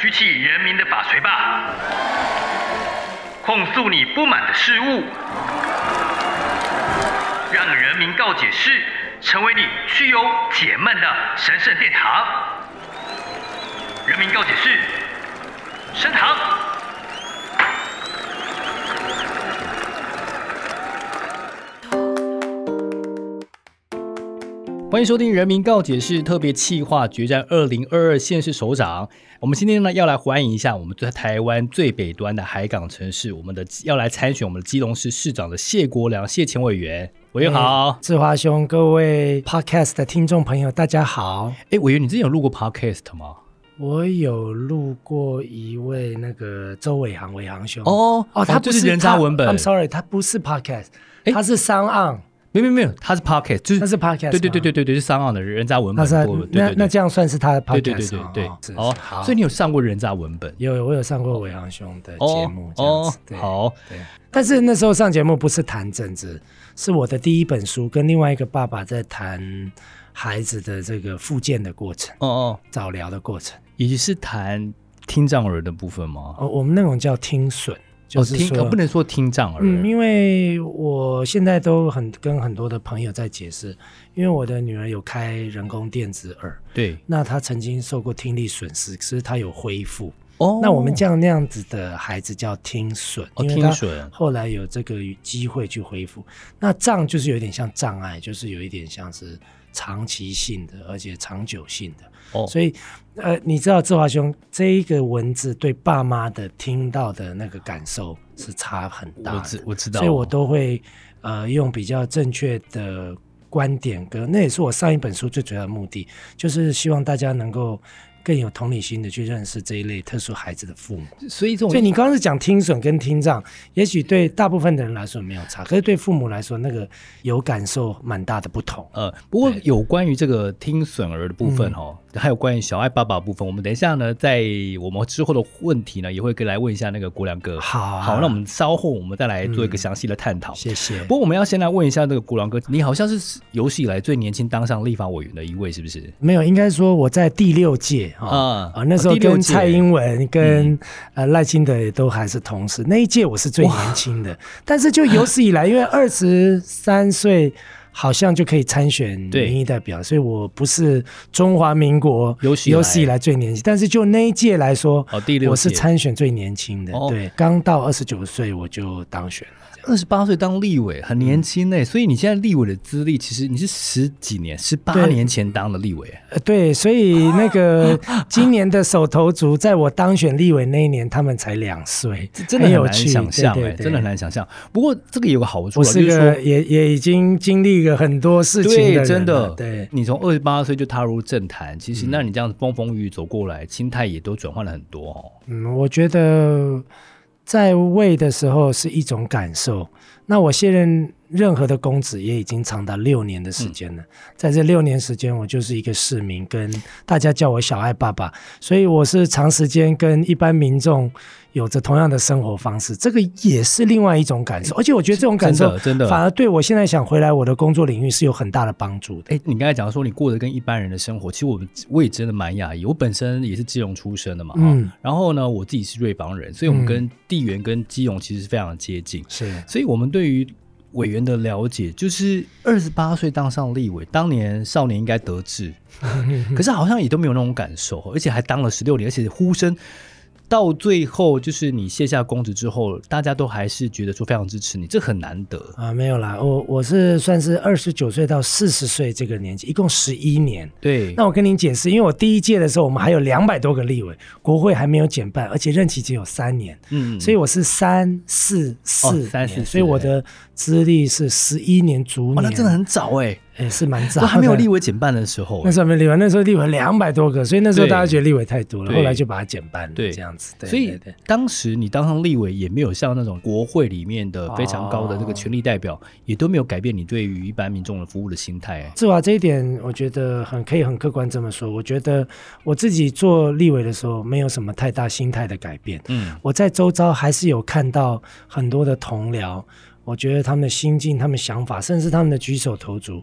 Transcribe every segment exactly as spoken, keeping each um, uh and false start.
举起人民的法锤吧，控诉你不满的事物，让人民告解室成为你去忧解闷的神圣殿堂。人民告解室升堂。 欢迎收听人民告解室特别企划决战二零二二县市首长。我们今天呢要来欢迎一下我们在台湾最北端的海港城市，我们的要来参选我们的基隆市市长的谢国良谢前委员。委员好。 志华兄，各位 podcast 的听众朋友大家好。 哎，委员你之前有录过 podcast 吗？ 我有录过一位那个周伟航伟航兄。 哦哦，他不是人渣文本。 I'm sorry， 他不是 podcast， 他是商案。 没有没有，他是 podcast， 就是他是 podcast， 对对对对对对，是商岸的人渣文本。 那对对那那这样算是他的 podcast， 对对对对对。 哦， 哦好，所以你有上过人渣文本？ 有，我有上过伟航兄的节目，这样子。 哦，好。 对，但是那时候上节目不是谈政治，是我的第一本书跟另外一个爸爸在谈孩子的这个复健的过程， 哦哦， 早疗的过程， 也是谈听障儿的部分吗？ 哦，我们那种叫听损。就是说、 哦、不能说听障儿。 嗯，因为我现在都很跟很多的朋友在解释，因为我的女儿有开人工电子耳， 对， 那她曾经受过听力损失，可是她有恢复。 哦， 那我们这样那样子的孩子叫听损， 哦， 因为他后来有这个机会去恢复。那障就是有点像障碍，就是有一点像是长期性的，而且长久性的。哦，所以呃，你知道志华兄这一个文字对爸妈的听到的那个感受是差很大的， 我知我知道， 所以我都会呃用比较正确的观点跟，那也是我上一本书最主要的目的，就是希望大家能够更有同理心的去认识这一类特殊孩子的父母。 所以这种， 所以你刚刚是讲听损跟听障，也许对大部分的人来说没有差，可是对父母来说那个有感受蛮大的不同。 呃，不过有关于这个听损儿的部分哦，嗯，还有关于小爱爸爸的部分，我们等一下呢，在我们之后的问题呢，也会来问一下那个国良哥。 好，啊， 好，那我们稍后我们再来做一个详细的探讨。 嗯，谢谢。 不过我们要先来问一下那个国良哥，你好像是有史以来最年轻当上立法委员的一位，是不是？ 没有，应该说我在第六届啊啊，呃，那时候跟蔡英文跟，嗯，呃赖清德也都还是同事，那一届我是最年轻的，但是就有史以来，因为二十三岁。好像就可以参选民意代表，所以我不是中华民国有史以来最年轻，但是就那一届来说， 哦，第六届我是参选最年轻的，哦，对，刚到二十九岁我就当选了。 二十八岁当立委很年轻耶，嗯，所以你现在立委的资历其实你是十几年十八年前当的立委。 呃，对，所以那个今年的手头族在我当选立委那一年他们才两岁， 真的很难想象，对对对，真的很难想象。不过这个有个好处， 我是个，就是，也也已经经历了很多事情的人了， 对，真的， 对， 你从二十八岁就踏入政坛，其实那你这样风风雨雨走过来，心态也都转换了很多哦。 嗯，我觉得在位的时候是一种感受，那我卸任任何的公职也已经长达六年的时间了，嗯，在这六年时间我就是一个市民，跟大家叫我小爱爸爸，所以我是长时间跟一般民众有着同样的生活方式，这个也是另外一种感受，而且我觉得这种感受真的反而对我现在想回来我的工作领域是有很大的帮助的。 欸，你刚才讲说你过得跟一般人的生活，其实我我也真的蛮讶异，我本身也是基隆出生的嘛，嗯，然后呢我自己是瑞芳人，所以我们跟地缘跟基隆其实是非常的接近，是，所以我们对于委员的了解就是二十八岁当上立委，当年少年应该得志可是好像也都没有那种感受，而且还当了十六年，而且呼声到最后就是你卸下公职之后，大家都还是觉得说非常支持你，这很难得啊。没有啦，我我是算是二十九岁到四十岁这个年纪，一共十一年。 对， 那我跟您解释，因为我第一届的时候，我们还有两百多个立委，国会还没有减半，而且任期只有三年，嗯，所以我是三四四年，哦，三四四，所以我的资历是十一年逐年， 哦，那真的很早哎。 也是蛮早， 还没有立委减半的时候， 那时候没立委，那时候立委两百多个，所以那时候大家觉得立委太多了，后来就把它减半了，对，这样子。对， 所以当时你当上立委，也没有像那种国会里面的非常高的这个权力代表，哦，也都没有改变你对于一般民众的服务的心态。 志华这一点，我觉得很可以很客观这么说。我觉得我自己做立委的时候，没有什么太大心态的改变。嗯，我在周遭还是有看到很多的同僚，我觉得他们的心境、他们想法，甚至他们的举手投足。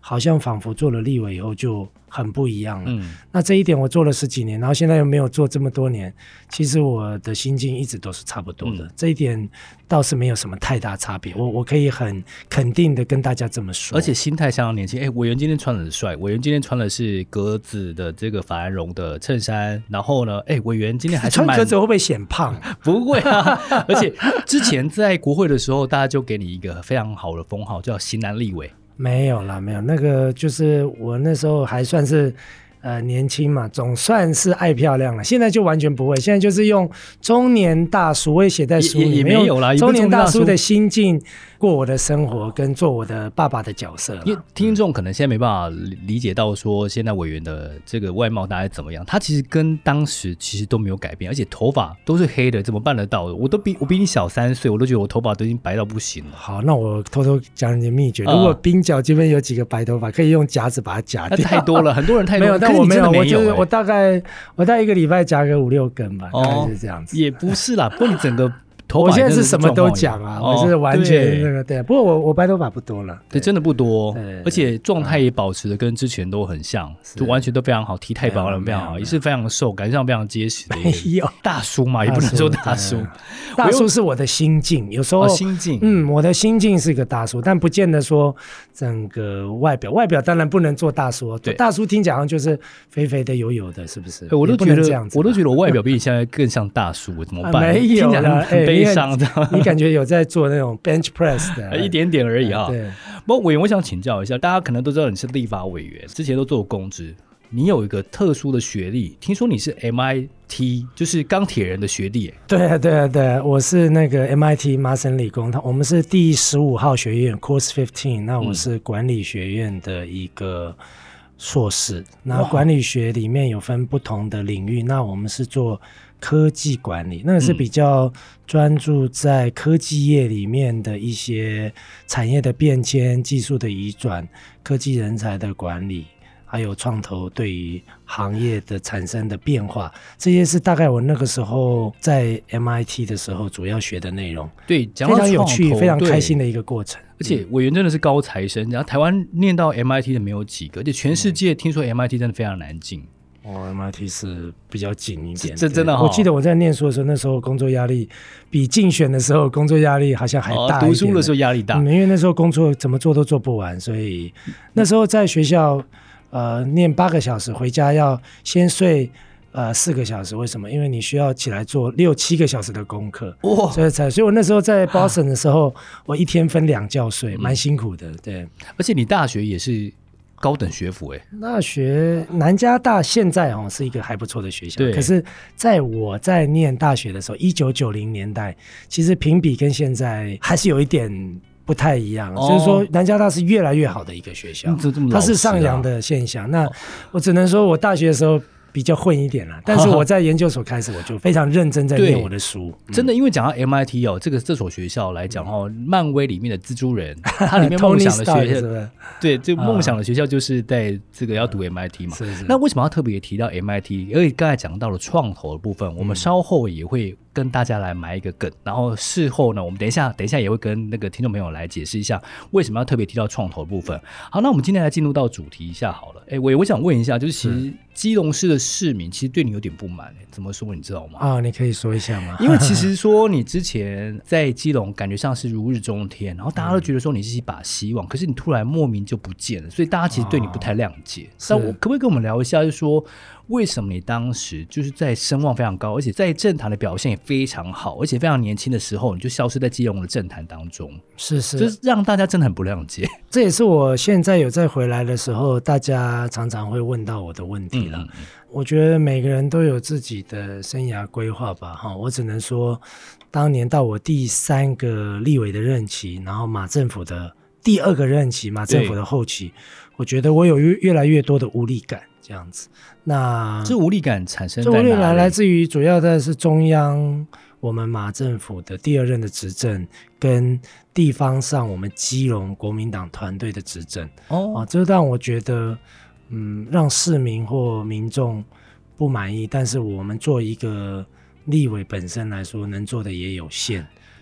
好像仿佛做了立委以后就很不一样了。嗯，那这一点我做了十几年，然后现在又没有做这么多年，其实我的心境一直都是差不多的。嗯，这一点倒是没有什么太大差别，我我可以很肯定的跟大家这么说。 而且心态相当年轻。哎，委员今天穿的很帅，委员今天穿的是格子的这个法兰绒的衬衫，然后呢，哎，委员今天还是穿格子会不会显胖？ 不会啊，而且之前在国会的时候，大家就给你一个非常好的封号，叫型男立委。 没有啦，没有，那个就是我那时候还算是呃年轻嘛，总算是爱漂亮了。现在就完全不会，现在就是用中年大叔，我也写在书里面， 也, 也没有啦， 中年大叔的心境过我的生活，跟做我的爸爸的角色。 因为听众可能现在没办法理解到说现在委员的这个外貌大概怎么样，他其实跟当时其实都没有改变，而且头发都是黑的，怎么办得到的？我都比我比你小三岁，我都觉得我头发都已经白到不行了。 好，那我偷偷讲你的秘诀，如果鬓角这边有几个白头发，可以用夹子把它夹掉。 那太多了，很多人太多了。 没有，但我没有，我就是我大概我大概一个礼拜夹个五六根吧，大概是这样子。 也不是啦，不过你整个头发我现在是什么都讲啊，哦，我是完全那个 对, 对。不过我我白头发不多了， 对，真的不多，而且状态也保持的跟之前都很像，就完全都非常好，体态保养非常好，也是非常瘦，感觉上非常结实的一个大叔嘛，也不能说大叔， 大叔是我的心境，有时候、哦、 心境， 嗯，我的心境是个大叔，但不见得说整个外表，外表当然不能做大叔，对，大叔听起来好像就是肥肥的、油油的，是不是？ 我都觉得，我都觉得我外表比你现在更像大叔，怎么办？ 啊、没有了， 很悲伤的。 你感觉有在做那种 bench press 的一点点而已啊。 对， 不过委员，我想请教一下，大家可能都知道你是立法委员，之前都做过公职，你有一个特殊的学历，听说你是 M I T， 就是钢铁人的学历。 对啊，对啊，对啊，我是那个 M I T 麻省理工，我们是第十五号学院 Course 十五，那我是管理学院的一个硕士，那管理学里面有分不同的领域，那我们是做科技管理，那个是比较专注在科技业里面的一些产业的变迁、技术的移转、科技人才的管理，还有创投对于行业的产生的变化，这些是大概我那个时候在 M I T 的时候主要学的内容。 对， 非常有趣、非常开心的一个过程。 而且委员真的是高材生，然后台湾念到 M I T 的没有几个，而且全世界听说 M I T 真的非常难进。 哦 ，M I T 是比较紧一点， 这真的、哦。 我记得我在念书的时候，那时候工作压力比竞选的时候工作压力好像还大一点、哦。 读书的时候压力大、 嗯，因为那时候工作怎么做都做不完，所以那时候在学校呃念八个小时，回家要先睡呃四个小时。为什么？因为你需要起来做六七个小时的功课，哇！所以才，所以我那时候在 Boston 的时候，我一天分两觉睡，蛮辛苦的。对， 而且你大学也是高等学府哎， 大学南加大现在哦是一个还不错的学校，可是在我在念大学的时候，一九九零年代，其实评比跟现在还是有一点不太一样，哦、就是说南加大是越来越好的一个学校，嗯啊、它是上扬的现象。那我只能说我大学的时候比较混一点啦，但是我在研究所开始我就非常认真在念我的书，嗯、 真的，因为讲到 M I T 哦，这个这所学校来讲哦，漫威里面的蜘蛛人，它里面梦想的学校，是对，这梦想的学校就是在这个要读 M I T 嘛。 是是。 那为什么要特别提到 M I T？ 因为刚才讲到了创投的部分，我们稍后也会跟大家来埋一个梗，然后事后呢，我们等一下等一下也会跟那个听众朋友来解释一下为什么要特别提到创投的部分。好，那我们今天来进入到主题一下好了。哎，我我想问一下，就是其实基隆市的市民其实对你有点不满，怎么说你知道吗？ 啊、哦，你可以说一下吗？ 因为其实说你之前在基隆感觉上是如日中天，然后大家都觉得说你是一把希望，嗯、可是你突然莫名就不见了，所以大家其实对你不太谅解。那、哦、我可不可以跟我们聊一下，就是说为什么你当时就是在声望非常高，而且在政坛的表现也非常好，而且非常年轻的时候，你就消失在基隆的政坛当中？ 是是， 就是让大家真的很不谅解。 这也是我现在有再回来的时候，大家常常会问到我的问题了。嗯嗯，我觉得每个人都有自己的生涯规划吧，哈，我只能说，当年到我第三个立委的任期，然后马政府的第二个任期，马政府的后期，我觉得我有越越来越多的无力感。这样子，那这无力感产生在哪里？ 这无力感来自于主要的是中央我们马政府的第二任的执政，跟地方上我们基隆国民党团队的执政。哦，啊，这让我觉得，嗯，让市民或民众不满意。但是我们做一个立委本身来说，能做的也有限，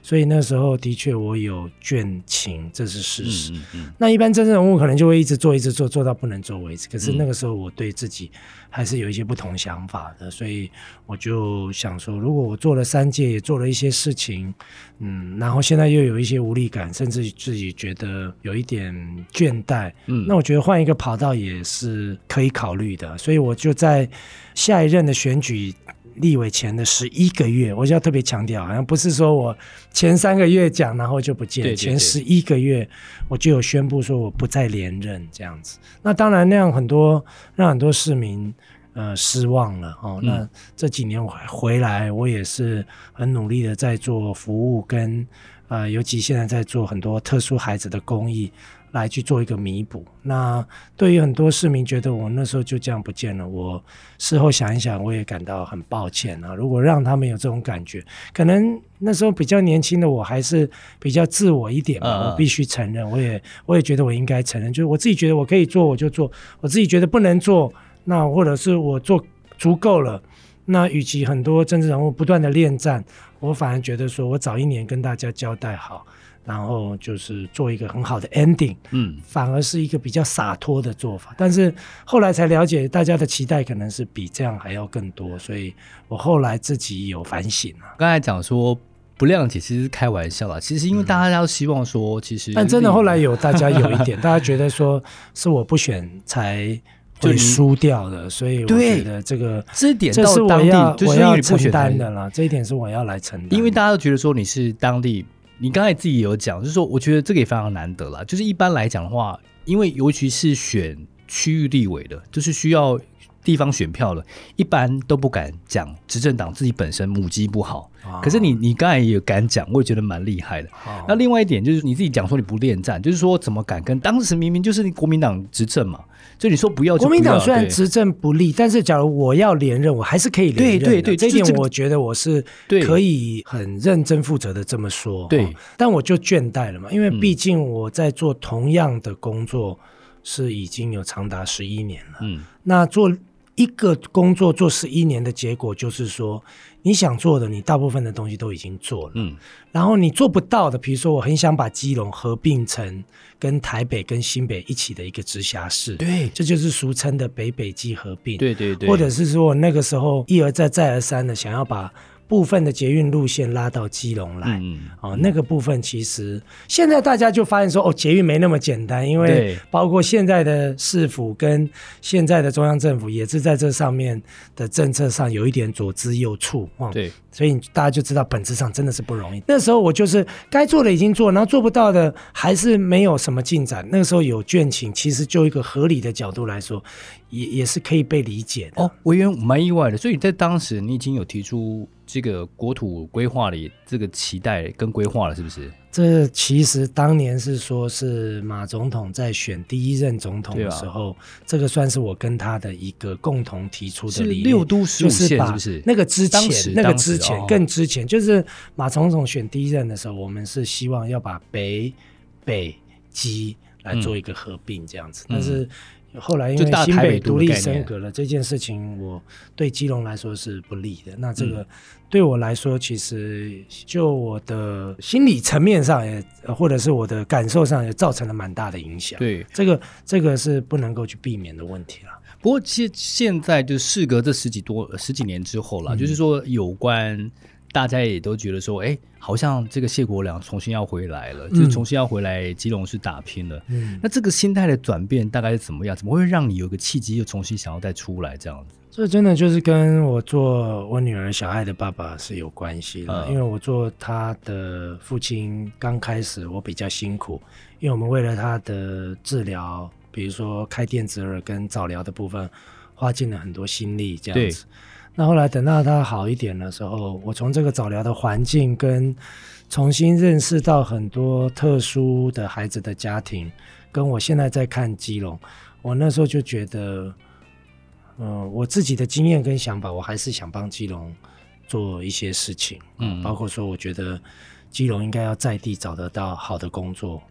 所以那时候的确我有倦勤，这是事实。 嗯嗯嗯、 那一般政治人物可能就会一直做一直做做到不能做为止，可是那个时候我对自己还是有一些不同想法的，所以我就想说，如果我做了三届也做了一些事情，嗯，然后现在又有一些无力感，甚至自己觉得有一点倦怠，嗯，那我觉得换一个跑道也是可以考虑的，所以我就在下一任的选举立委前的十一个月，我就要特别强调，好像不是说我前三个月讲然后就不见，对对对，前十一个月我就有宣布说我不再连任这样子。那当然那样很多让很多市民呃失望了哦。嗯、那这几年我回来，我也是很努力的在做服务跟呃，尤其现在在做很多特殊孩子的公益，来去做一个弥补。那对于很多市民觉得我那时候就这样不见了，我事后想一想，我也感到很抱歉啊。如果让他们有这种感觉，可能那时候比较年轻的我还是比较自我一点嘛，我必须承认，我也我也觉得我应该承认，就是我自己觉得我可以做我就做，我自己觉得不能做，那或者是我做足够了。那与其很多政治人物不断的恋战，我反而觉得说我早一年跟大家交代好，然后就是做一个很好的 ending， 嗯，反而是一个比较洒脱的做法。但是后来才了解，大家的期待可能是比这样还要更多，所以我后来自己有反省啊。 刚才讲说不谅解，其实是开玩笑啦。其实因为大家都希望说，其实、嗯、 但真的后来有大家有一点，大家觉得说是我不选才会输掉的，所以我觉得这个这一点到当地这是我要我要承担的啦，这一点是我要来承担的。 因为大家都觉得说你是当地，你刚才自己也有讲，就是说我觉得这个也非常难得啦。就是一般来讲的话，因为尤其是选区域立委的，就是需要地方选票的，一般都不敢讲执政党自己本身母鸡不好。哦、可是你你刚才也敢讲，我也觉得蛮厉害的。哦、那另外一点就是你自己讲说你不恋战，就是说怎么敢跟当时明明就是国民党执政嘛，就你说不要就不要。 国民党虽然执政不利，但是假如我要连任，我还是可以连任的。对对对，这一点我觉得我是可以很认真负责的这么说。对、哦，但我就倦怠了嘛，因为毕竟我在做同样的工作是已经有长达十一年了。嗯，那做一个工作做十一年的结果就是说，你想做的你大部分的东西都已经做了，嗯，然后你做不到的，比如说我很想把基隆合并成跟台北跟新北一起的一个直辖市，对，这就是俗称的北北基合并，对对对，或者是说那个时候一而再再而三的想要把部分的捷运路线拉到基隆来，嗯哦，那个部分其实现在大家就发现说，哦，捷运没那么简单，因为包括现在的市府跟现在的中央政府也是在这上面的政策上有一点左支右绌，哦，对，所以大家就知道本质上真的是不容易。那时候我就是该做的已经做，然后做不到的还是没有什么进展。那个时候有倦勤，其实就一个合理的角度来说，也也是可以被理解的。 哦，委员蛮意外的，所以在当时你已经有提出这个国土规划里这个期待跟规划了，是不是？ 这其实当年是说是马总统在选第一任总统的时候，啊、这个算是我跟他的一个共同提出的理念， 是六都十五县是不是？ 那个之前，那个之前、哦、更之前，就是马总统选第一任的时候，我们是希望要把北北基来做一个合并这样子，嗯、但是后来因为新北独立升格了这件事情，我对基隆来说是不利的。那这个对我来说，其实就我的心理层面上也，或者是我的感受上也造成了蛮大的影响。对，这个这个是不能够去避免的问题了。 不过现现在就事隔这十几多十几年之后了，嗯、就是说有关。大家也都觉得说，哎，好像这个谢国樑重新要回来了，嗯、就是重新要回来基隆市打拼了。嗯，那这个心态的转变大概是怎么样？怎么会让你有个契机又重新想要再出来这样子？ 这真的就是跟我做我女儿小爱的爸爸是有关系的，嗯、因为我做他的父亲刚开始我比较辛苦，因为我们为了他的治疗，比如说开电子耳跟早疗的部分，花尽了很多心力这样子。那后来等到他好一点的时候，我从这个早疗的环境跟重新认识到很多特殊的孩子的家庭，跟我现在在看基隆，我那时候就觉得呃，我自己的经验跟想法，我还是想帮基隆做一些事情，嗯，包括说我觉得基隆应该要在地找得到好的工作，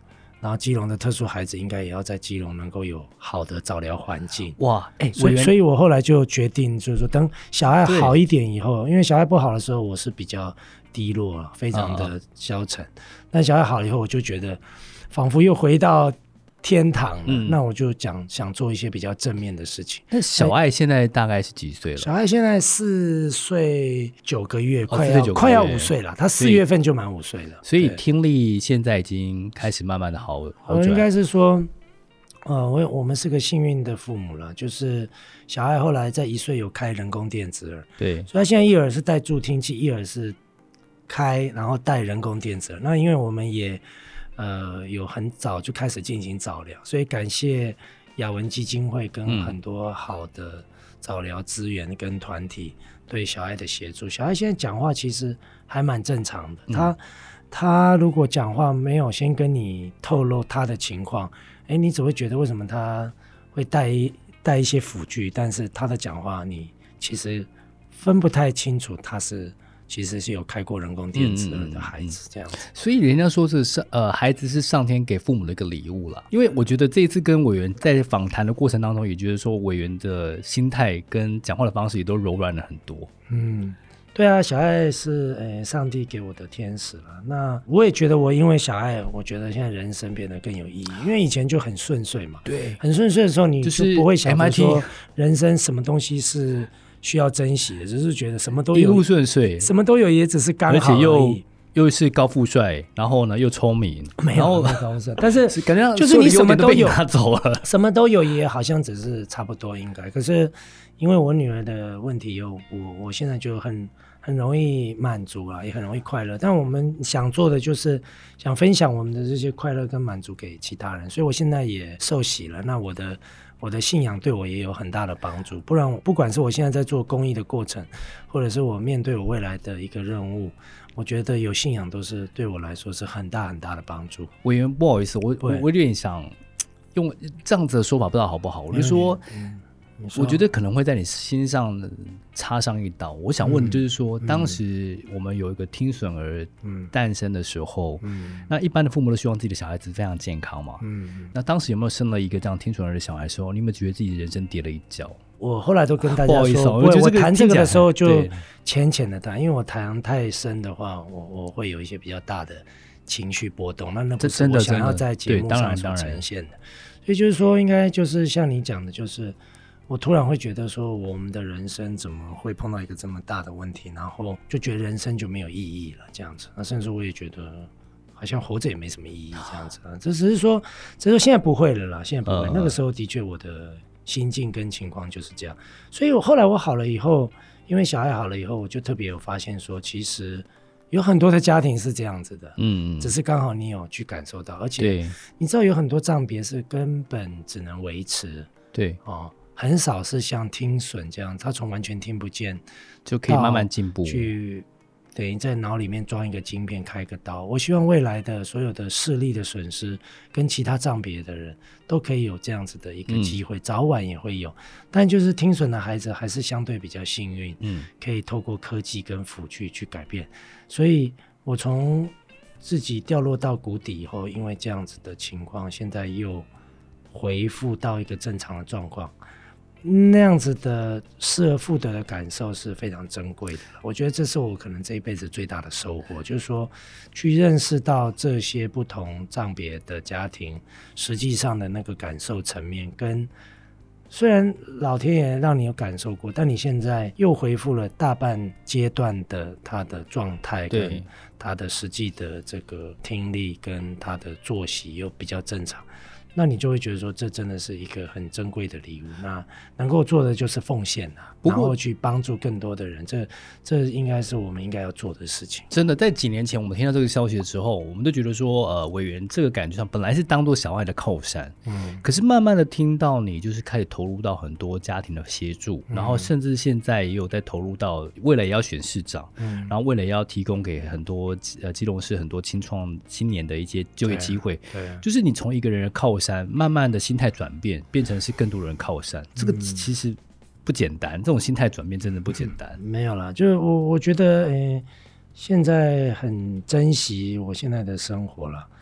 然后基隆的特殊孩子应该也要在基隆能够有好的早疗环境。 哇，哎、欸， 所以所以我后来就决定，就是说等小孩好一点以后，因为小孩不好的时候我是比较低落，非常的消沉、嗯、但小孩好了以后，我就觉得仿佛又回到天堂了、嗯、那我就讲想做一些比较正面的事情。 那小爱现在大概是几岁了？ 小爱现在四岁九个月，快要、哦、快要五岁了，他四月份就满五岁了， 所以听力现在已经开始慢慢的好好转。 应该是说呃，我我们是个幸运的父母了，就是小爱后来在一岁有开人工电子耳， 对， 所以他现在一耳是戴助听器，一耳是开然后戴人工电子耳。那因为我们也呃，有很早就开始进行早疗，所以感谢雅文基金会跟很多好的早疗资源跟团体对小爱的协助。小爱现在讲话其实还蛮正常的，他、嗯、他如果讲话没有先跟你透露他的情况，哎，你只会觉得为什么他会带带一些辅具，但是他的讲话你其实分不太清楚他是。其实是有开过人工电子耳的孩子这样子、嗯嗯嗯、 所以人家说是呃孩子是上天给父母的一个礼物啦。因为我觉得这一次跟委员在访谈的过程当中，也觉得说委员的心态跟讲话的方式也都柔软了很多。 嗯，对啊，小爱是诶上帝给我的天使了。那我也觉得我因为小爱，我觉得现在人生变得更有意义，因为以前就很顺遂嘛， 对， 很顺遂的时候你就不会想着说人生什么东西是需要珍惜的，只是觉得什么都有， 一路顺遂， 什么都有，也只是刚好而已， 而且又又是高富帅，然后呢又聪明， 没有那么高富帅，但是感觉就是你什么都有， 拿走了， 什么都有也好像只是差不多应该。可是因为我女儿的问题有我，我现在就很很容易满足啦，也很容易快乐。但我们想做的就是想分享我们的这些快乐跟满足给其他人，所以我现在也受洗了。那我的。我的信仰对我也有很大的帮助，不然不管是我现在在做公益的过程，或者是我面对我未来的一个任务，我觉得有信仰都是对我来说是很大很大的帮助。 委员不好意思，我我有点想用这样子的说法，不知道好不好？我就说，嗯、我觉得可能会在你心上插上一刀。我想问的就是说、嗯、当时我们有一个听损儿诞生的时候、嗯、那一般的父母都希望自己的小孩子非常健康嘛、嗯、那当时有没有生了一个这样听损儿的小孩的时候，你有没有觉得自己的人生跌了一跤？ 我后来都跟大家说，不好意思、哦、我, 我谈这个的时候就浅浅的谈，因为我谈太深的话，我我会有一些比较大的情绪波动，那那不是我想要在节目上所呈现的。所以就是说，应该就是像你讲的，就是我突然会觉得说，我们的人生怎么会碰到一个这么大的问题，然后就觉得人生就没有意义了这样子。那甚至我也觉得好像活着也没什么意义这样子。这只是说，只是说现在不会了啦，现在不会。呃、那个时候的确我的心境跟情况就是这样。所以我后来我好了以后，因为小孩好了以后，我就特别有发现说，其实有很多的家庭是这样子的，嗯，只是刚好你有去感受到，而且你知道有很多障别是根本只能维持， 对哦。很少是像听损这样，他从完全听不见就可以慢慢进步， 去等于在脑里面装一个晶片，开一个刀。我希望未来的所有的视力的损失跟其他障别的人都可以有这样子的一个机会、嗯、早晚也会有。但就是听损的孩子还是相对比较幸运、嗯、可以透过科技跟辅具去改变。所以我从自己掉落到谷底以后，因为这样子的情况，现在又恢复到一个正常的状况，那样子的失而复得的感受是非常珍贵的。我觉得这是我可能这一辈子最大的收获，就是说去认识到这些不同障别的家庭实际上的那个感受层面，跟虽然老天爷让你有感受过，但你现在又恢复了大半阶段的他的状态，跟他的实际的这个听力跟他的作息又比较正常，那你就会觉得说这真的是一个很珍贵的礼物。那能够做的就是奉献啊，然后去帮助更多的人，这这应该是我们应该要做的事情。 真的，在几年前我们听到这个消息的时候，我们都觉得说呃，委员这个感觉上本来是当做小爱的靠山，嗯，可是慢慢的听到你就是开始投入到很多家庭的协助、嗯、然后甚至现在也有在投入到未来也要选市长、嗯、然后未来也要提供给很多呃基隆市很多青创青年的一些就业机会，对，对，就是你从一个人的靠山慢慢的心态转变变成是更多人靠山，这个其实不简单，这种心态转变真的不简单、 嗯、没有啦，就是我我觉得、欸、现在很珍惜我现在的生活啦。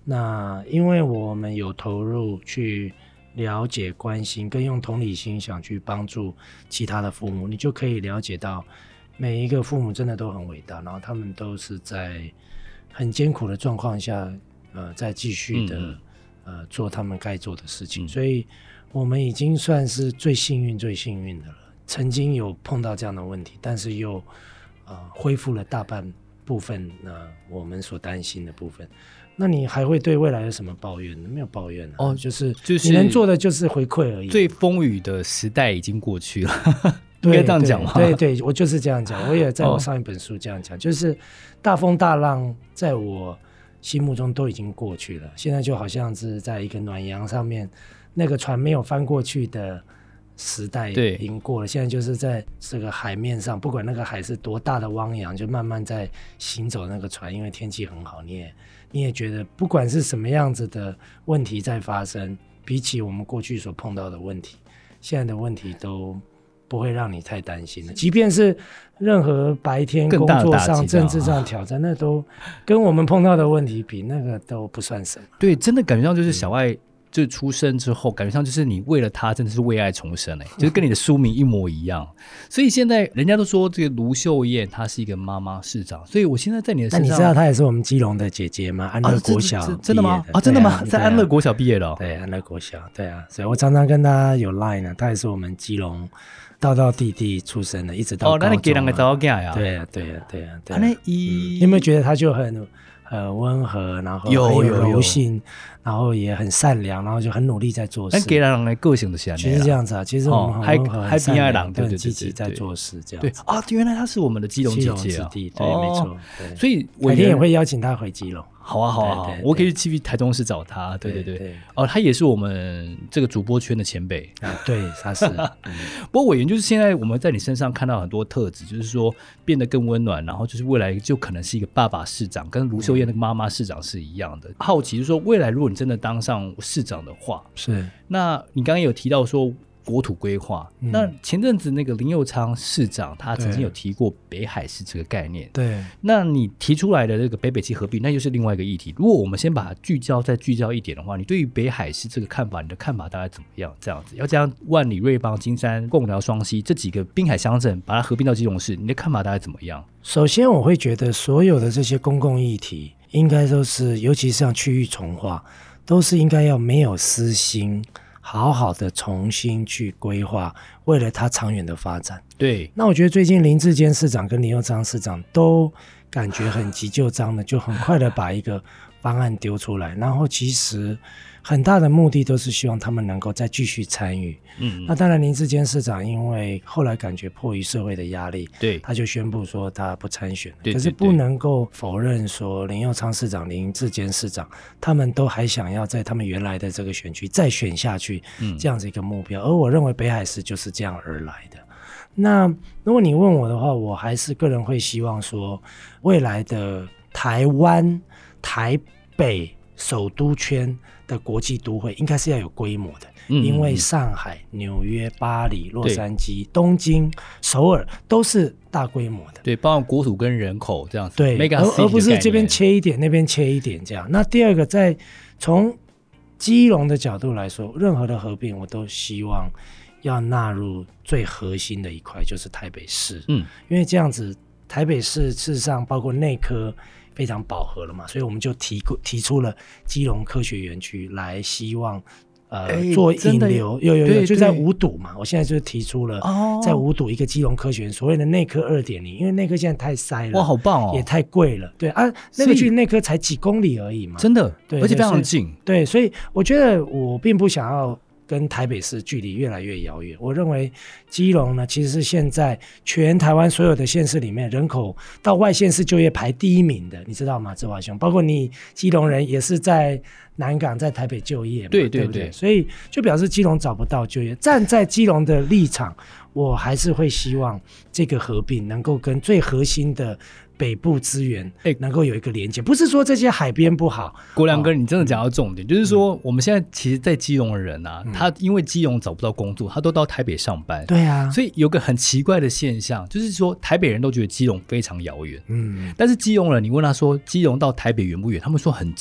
那因为我们有投入去了解关心，跟用同理心想去帮助其他的父母，你就可以了解到每一个父母真的都很伟大，然后他们都是在很艰苦的状况下呃，在继续的、嗯、呃做他们该做的事情、嗯、所以我们已经算是最幸运最幸运的了，曾经有碰到这样的问题，但是又呃恢复了大半部分呃我们所担心的部分。那你还会对未来有什么抱怨呢？没有抱怨、啊、哦，就是你能做的就是回馈而已。 最风雨的时代已经过去了，应该这样讲吗？ 对 对, 对，我就是这样讲，我也在我上一本书这样讲、哦，就是大风大浪在我心目中都已经过去了，现在就好像是在一个暖阳上面，那个船没有翻过去的时代已经过了，现在就是在这个海面上，不管那个海是多大的汪洋，就慢慢在行走那个船，因为天气很好，你也你也觉得不管是什么样子的问题在发生，比起我们过去所碰到的问题，现在的问题都不会让你太担心了，即便是任何白天工作上政治上挑战，那都跟我们碰到的问题比，那个都不算什么。 对，真的感觉上就是小爱就出生之后，感觉上就是你为了他真的是为爱重生、欸、就是跟你的书名一模一样。所以现在人家都说这个卢秀燕她是一个妈妈市长，所以我现在在你的身上。 那你知道她也是我们基隆的姐姐吗？安乐国小、啊、 真的吗？啊，真的吗？啊、在安乐国小毕业了、哦、 对，安乐国小，对啊，所以我常常跟她有 line 呢、啊，她也是我们基隆道道地地出生的，一直到高中、啊、哦，那你给人个早嫁呀？对啊，对啊，对啊，对啊。那、嗯、你有没有觉得她就很很温和，然后很有柔性，然后也很善良，然后就很努力在做事。 但给人的个性的是其实这样子啊，其实我们很温和、很善良，很积极在做事，这样子。 对啊，原来她是我们的基隆姐姐啊， 对，没错。 所以改天也会邀请她回基隆。 好啊，好啊，好啊，我可以去台中市找他。对对 对, 对, 对，哦，他也是我们这个主播圈的前辈啊。对，他是。 嗯、不过委员就是现在我们在你身上看到很多特质，就是说变得更温暖，然后就是未来就可能是一个爸爸市长，跟卢秀燕那个妈妈市长是一样的。嗯、好奇就是说，未来如果你真的当上市长的话， 是， 那你刚刚有提到说国土规划、嗯，那前阵子那个林右昌市长他曾经有提过北海市这个概念， 对， 那你提出来的这个北北基合并，那又是另外一个议题。如果我们先把它聚焦再聚焦一点的话，你对于北海市这个看法，你的看法大概怎么样？这样子要将万里、瑞芳、金山、贡寮、双溪这几个滨海乡镇把它合并到基隆市，你的看法大概怎么样？ 首先我会觉得所有的这些公共议题应该都是，尤其是像区域重划，都是应该要没有私心，好好的重新去规划，为了它长远的发展。 对， 那我觉得最近林智坚市长跟林右昌市长都感觉很急就章的，就很快的把一个方案丢出来，然后其实很大的目的都是希望他们能够再继续参与。嗯，那当然林智坚市长因为后来感觉迫于社会的压力， 对， 他就宣布说他不参选。 对对对， 可是不能够否认说林右昌市长、林智坚市长他们都还想要在他们原来的这个选区再选下去，嗯，这样子一个目标。而我认为北海市就是这样而来的。那如果你问我的话，我还是个人会希望说，未来的台湾台北首都圈的国际都会应该是要有规模的，嗯、因为上海、纽约、巴黎、洛杉矶、东京、首尔都是大规模的， 对，包括国土跟人口这样子， 对，而, 而不是这边切一点，那边切一点这样。那第二个，在从基隆的角度来说，任何的合并我都希望要纳入最核心的一块，就是台北市，嗯，因为这样子台北市事实上包括内科非常饱和了嘛，所以我们就 提, 提出了基隆科学园区来希望呃、欸、做引流，有有有，就在五堵嘛，我现在就提出了在五堵一个基隆科学园，所谓的内科 二点零， 因为内科现在太塞了， 哇，好棒哦， 也太贵了，对啊，那个距离内科才几公里而已嘛， 真的， 对， 而且非常近， 对，所以我觉得我并不想要跟台北市距离越来越遥远。我认为基隆呢，其实是现在全台湾所有的县市里面人口到外县市就业排第一名的，你知道吗？志华兄，包括你基隆人也是在南港在台北就业嘛， 对对 对, 对, 对，所以就表示基隆找不到就业。站在基隆的立场，我还是会希望这个合并能够跟最核心的北部资源能够有一个连接，不是说这些海边不好。 国良哥，你真的讲到重点，嗯、就是说我们现在其实在基隆的人啊、嗯，他因为基隆找不到工作，他都到台北上班。 对啊， 所以有个很奇怪的现象，就是说台北人都觉得基隆非常遥远，嗯，但是基隆人你问他说基隆到台北远不远，他们说很近。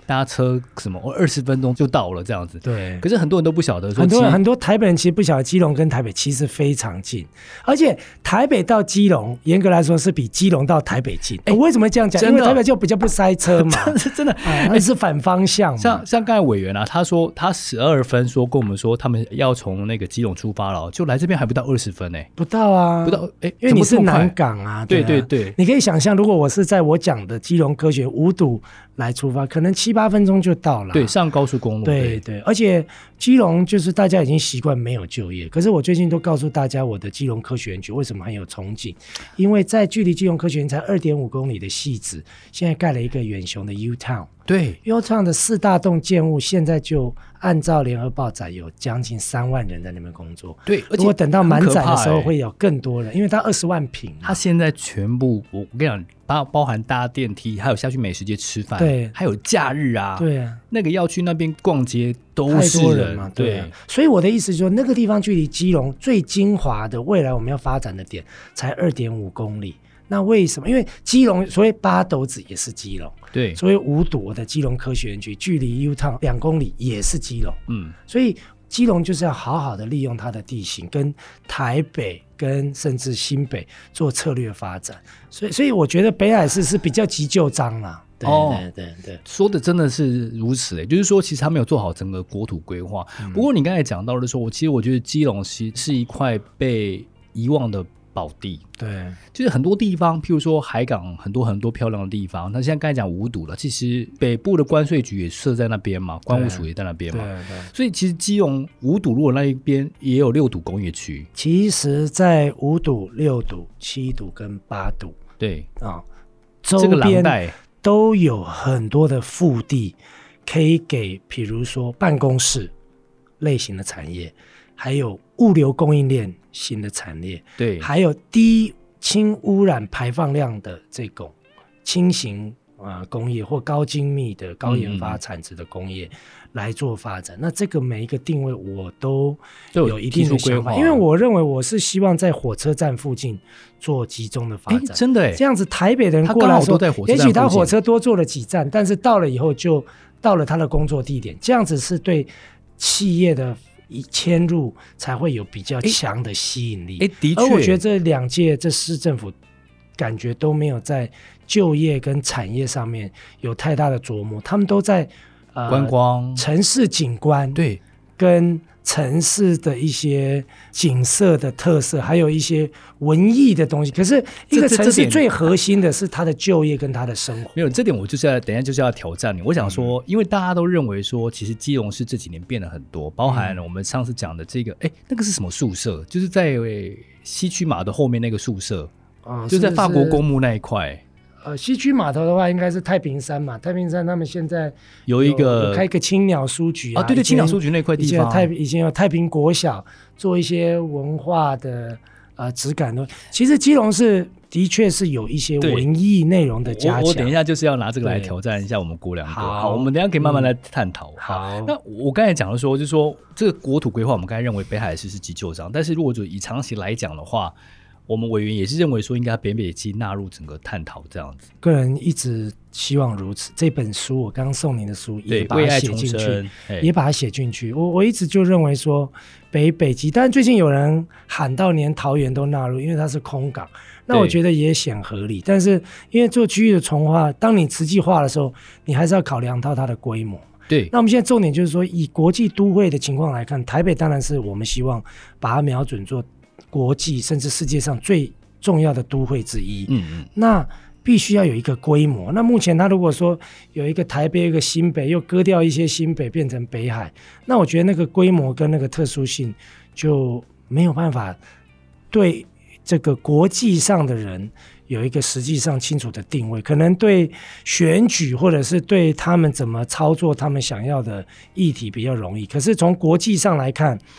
搭车什么二十分钟就到了这样子。 对， 可是很多人都不晓得说， 很多人很多台北人其实不晓得基隆跟台北其实非常近，而且台北到基隆严格来说是比基隆到台北近。欸、为什么这样讲？因为台北就比较不塞车嘛， 真的真的， 哎、那是反方向嘛。 像像刚才委员啊，他说他十二分说跟我们说他们要从那个基隆出发了，就来这边还不到二十分呢、欸， 不到啊， 不到哎、欸， 因为你是南港啊， 对、 啊、 对对， 你可以想象，如果我是在我讲的基隆科学五堵来出发，可能七八分钟就到了。 对，上高速公路。 对 对, 对，而且基隆就是大家已经习惯没有就业，可是我最近都告诉大家，我的基隆科学园区为什么很有憧憬？因为在距离基隆科学园才二点五公里的汐止，现在盖了一个远雄的 U-Town。对 ，U-Town 的四大栋建物现在就按照联合报载有将近三万人在那边工作。 对，而且如果等到满载的时候会有更多人，欸、因为它二十万坪。 它现在全部，我跟你讲，包包含搭电梯，还有下去美食街吃饭， 对， 还有假日啊， 对啊， 那个要去那边逛街都是 人, 人嘛，对、啊对。 所以我的意思就是说，那个地方距离基隆最精华的未来我们要发展的点才二点五公里。那为什么？因为基隆所谓八斗子也是基隆， 对， 所谓五堵的基隆科学园区距离 U-Town 两公里也是基隆， 嗯， 所以基隆就是要好好的利用它的地形，跟台北跟甚至新北做策略发展。所以，所以我觉得北海市是比较急就章啦。对对对对、哦， 说的真的是如此诶，就是说其实他没有做好整个国土规划、嗯。不过你刚才讲到的说，我其实我觉得基隆是是一块被遗忘的宝地。 对， 就是很多地方，譬如说海港，很多很多漂亮的地方。那现在刚才讲五堵了，其实北部的关税局也设在那边嘛，关务署也在那边嘛。 对对。 所以其实基隆五堵如果那一边也有六堵工业区。 其实，在五堵、六堵、七堵跟八堵， 对啊，周边都有很多的腹地，可以给比如说办公室类型的产业，还有物流供应链型的产业， 对， 还有低氢污染排放量的这种轻型、呃、工业或高精密的高研发产值的工业来做发展、嗯、那这个每一个定位我都有一定的想法，因为我认为我是希望在火车站附近做集中的发展。 真的耶， 这样子台北人过来说，也许他火车多坐了几站，但是到了以后就到了他的工作地点，这样子是对企业的迁入才会有比较强的吸引力。 欸欸、的确， 而我觉得这两届这市政府感觉都没有在就业跟产业上面有太大的琢磨，他们都在、呃、 观光、 城市景观， 对， 跟城市的一些景色的特色，还有一些文艺的东西。可是一个城市最核心的是它的就业跟它的生活。 没有这点，我就是要等一下就是要挑战你。我想说、嗯，因为大家都认为说，其实基隆市这几年变得很多，包含了我们上次讲的这个，哎、嗯，那个是什么宿舍？就是在西区码的后面那个宿舍，啊、就在法国公墓那一块。 呃，西区码头的话，应该是太平山嘛。太平山他们现在有一个有开一个青鸟书局 啊, 啊，对对，青鸟书局那块地方， 以前有太以前有太平国小，做一些文化的呃质感的。其实基隆是的确是有一些文艺内容的加强。 我, 我等一下就是要拿这个来挑战一下我们国良哥。好, 好，我们等一下可以慢慢来探讨、嗯。好，那我刚才讲的说，就是说这个国土规划，我们刚才认为北海市是急救章，但是如果就以长期来讲的话。我们委员也是认为说，应该北北基纳入整个探讨这样子。 个人一直希望如此。这本书我刚刚送您的书也把它写进去，也把它写进去。我我一直就认为说北北基，但最近有人喊到连桃园都纳入，因为它是空港，那我觉得也显合理。但是因为做区域的重划，当你实际化的时候，你还是要考量到它的规模。 对， 那我们现在重点就是说，以国际都会的情况来看，台北当然是我们希望把它瞄准做国际甚至世界上最重要的都会之一。嗯嗯，那必须要有一个规模。那目前他如果说有一个台北，一个新北，又割掉一些新北变成北海，那我觉得那个规模跟那个特殊性就没有办法对这个国际上的人有一个实际上清楚的定位，可能对选举或者是对他们怎么操作他们想要的议题比较容易。可是从国际上来看，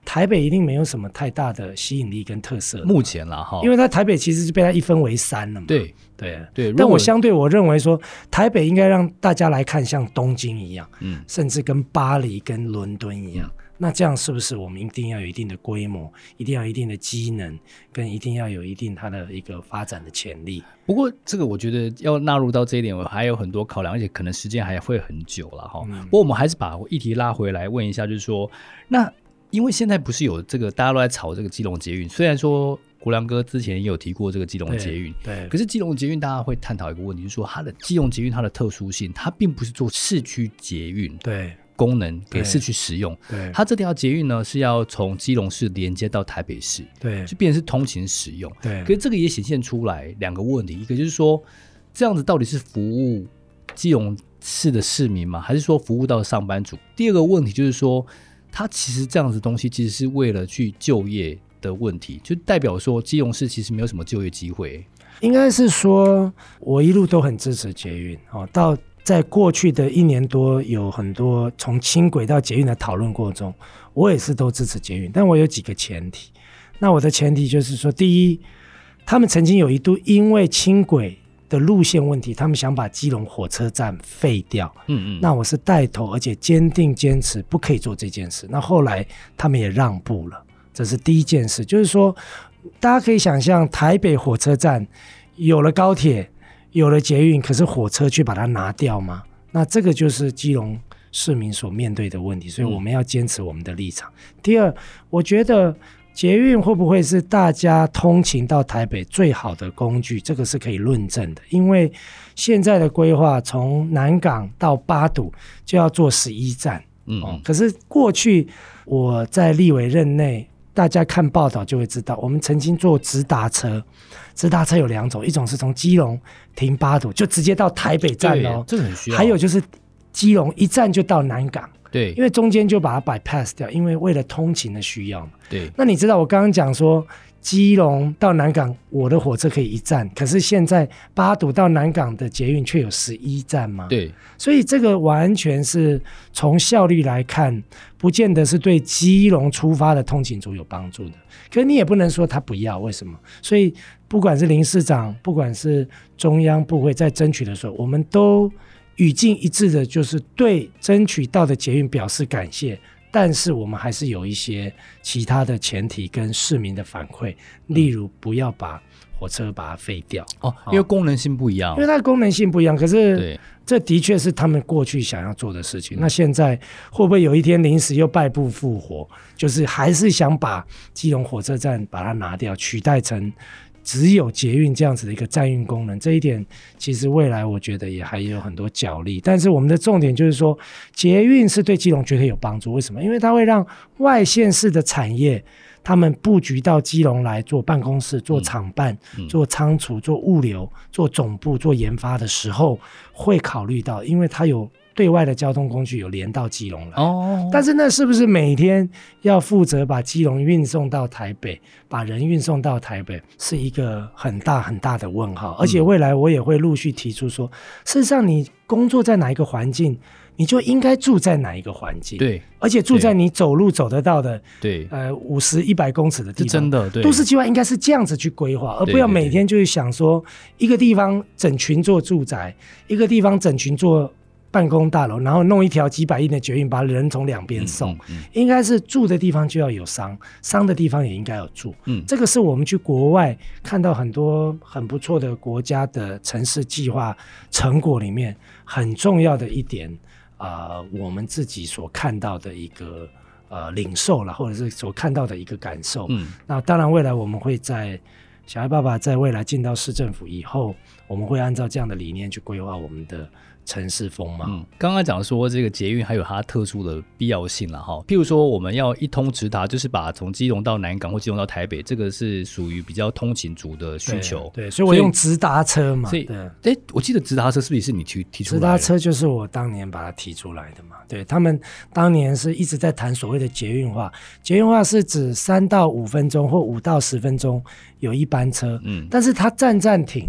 台北一定没有什么太大的吸引力跟特色， 目前啦哈， 因为它台北其实是被它一分为三了嘛。 对对对， 但我相对我认为说，台北应该让大家来看像东京一样，嗯，甚至跟巴黎、跟伦敦一样。嗯，那这样是不是我们一定要有一定的规模，一定要有一定的机能，跟一定要有一定它的一个发展的潜力？ 不过这个我觉得要纳入到这一点，我还有很多考量，而且可能时间还会很久了哈。嗯，不过我们还是把议题拉回来问一下，就是说，那因为现在不是有这个大家都在炒这个基隆捷运，虽然说国良哥之前也有提过这个基隆捷运，对，对，可是基隆捷运大家会探讨一个问题，就是说它的基隆捷运它的特殊性，它并不是做市区捷运，对。功能给市区使用，对，它这条捷运呢是要从基隆市连接到台北市，对，就变成是通勤使用，对。可是这个也显现出来两个问题，一个就是说这样子到底是服务基隆市的市民吗？还是说服务到上班族？第二个问题就是说，它其实这样子的东西其实是为了去就业的问题，就代表说基隆市其实没有什么就业机会。 应该是说我一路都很支持捷运，哦，到在过去的一年多，有很多从轻轨到捷运的讨论过程中，我也是都支持捷运，但我有几个前提。那我的前提就是说，第一，他们曾经有一度因为轻轨的路线问题，他们想把基隆火车站废掉。嗯嗯。那我是带头，而且坚定坚持不可以做这件事。那后来他们也让步了，这是第一件事。就是说，大家可以想象，台北火车站有了高铁，有了捷运，可是火车去把它拿掉吗？那这个就是基隆市民所面对的问题，所以我们要坚持我们的立场。第二，我觉得捷运会不会是大家通勤到台北最好的工具？这个是可以论证的，因为现在的规划从南港到八堵就要做十一站，嗯、哦，可是过去我在立委任内，大家看报道就会知道，我们曾经做直达车，直达车有两种，一种是从基隆停八堵就直接到台北站哦， 这个很需要。 还有就是基隆一站就到南港， 对， 因为中间就把它 bypass 掉，因为为了通勤的需要嘛。 对， 那你知道我刚刚讲说基隆到南港我的火车可以一站，可是现在八堵到南港的捷运却有十一站吗？ 对， 所以这个完全是从效率来看，不见得是对基隆出发的通勤族有帮助的。可是你也不能说他不要，为什么？所以不管是林市长，不管是中央部会在争取的时候，我们都语境一致的，就是对争取到的捷运表示感谢。但是我们还是有一些其他的前提跟市民的反馈，例如不要把火车把它废掉哦，因为功能性不一样， 因为它的功能性不一样。可是这的确是他们过去想要做的事情。那现在会不会有一天临时又败部复活，就是还是想把基隆火车站把它拿掉，取代成只有捷运这样子的一个站运功能？这一点其实未来我觉得也还有很多角力，但是我们的重点就是说，捷运是对基隆绝对有帮助。为什么？因为它会让外县市的产业他们布局到基隆来做办公室、做厂办、嗯、做仓储、做物流、做总部、做研发的时候，会考虑到，因为它有对外的交通工具有连到基隆来、哦、但是那是不是每天要负责把基隆运送到台北，把人运送到台北，是一个很大很大的问号。而且未来我也会陆续提出说，事实上你工作在哪一个环境，你就应该住在哪一个环境， 对， 而且住在你走路走得到的，对，呃，五十、一百公尺的地方， 真的，对， 都市计划应该是这样子去规划，而不要每天就是想说一个地方整群做住宅，一个地方整群做办公大楼，然后弄一条几百亿的捷运把人从两边送、嗯嗯嗯、应该是住的地方就要有商，商的地方也应该有住、嗯、这个是我们去国外看到很多很不错的国家的城市计划成果里面很重要的一点、呃、我们自己所看到的一个、呃、领受啦，或者是所看到的一个感受、嗯、那当然未来我们会在小孩爸爸在未来进到市政府以后，我们会按照这样的理念去规划我们的城市风貌。嗯， 刚刚讲说这个捷运还有它特殊的必要性啦哈，譬如说我们要一通直达，就是把从基隆到南港或基隆到台北，这个是属于比较通勤族的需求。 对，对，所以我用直达车嘛。对， 哎，我记得直达车是不是也是你提提出来的？ 直达车就是我当年把它提出来的嘛。对，他们当年是一直在谈所谓的捷运化，捷运化是指三到五分钟或五到十分钟有一班车，嗯，但是它站站停啊。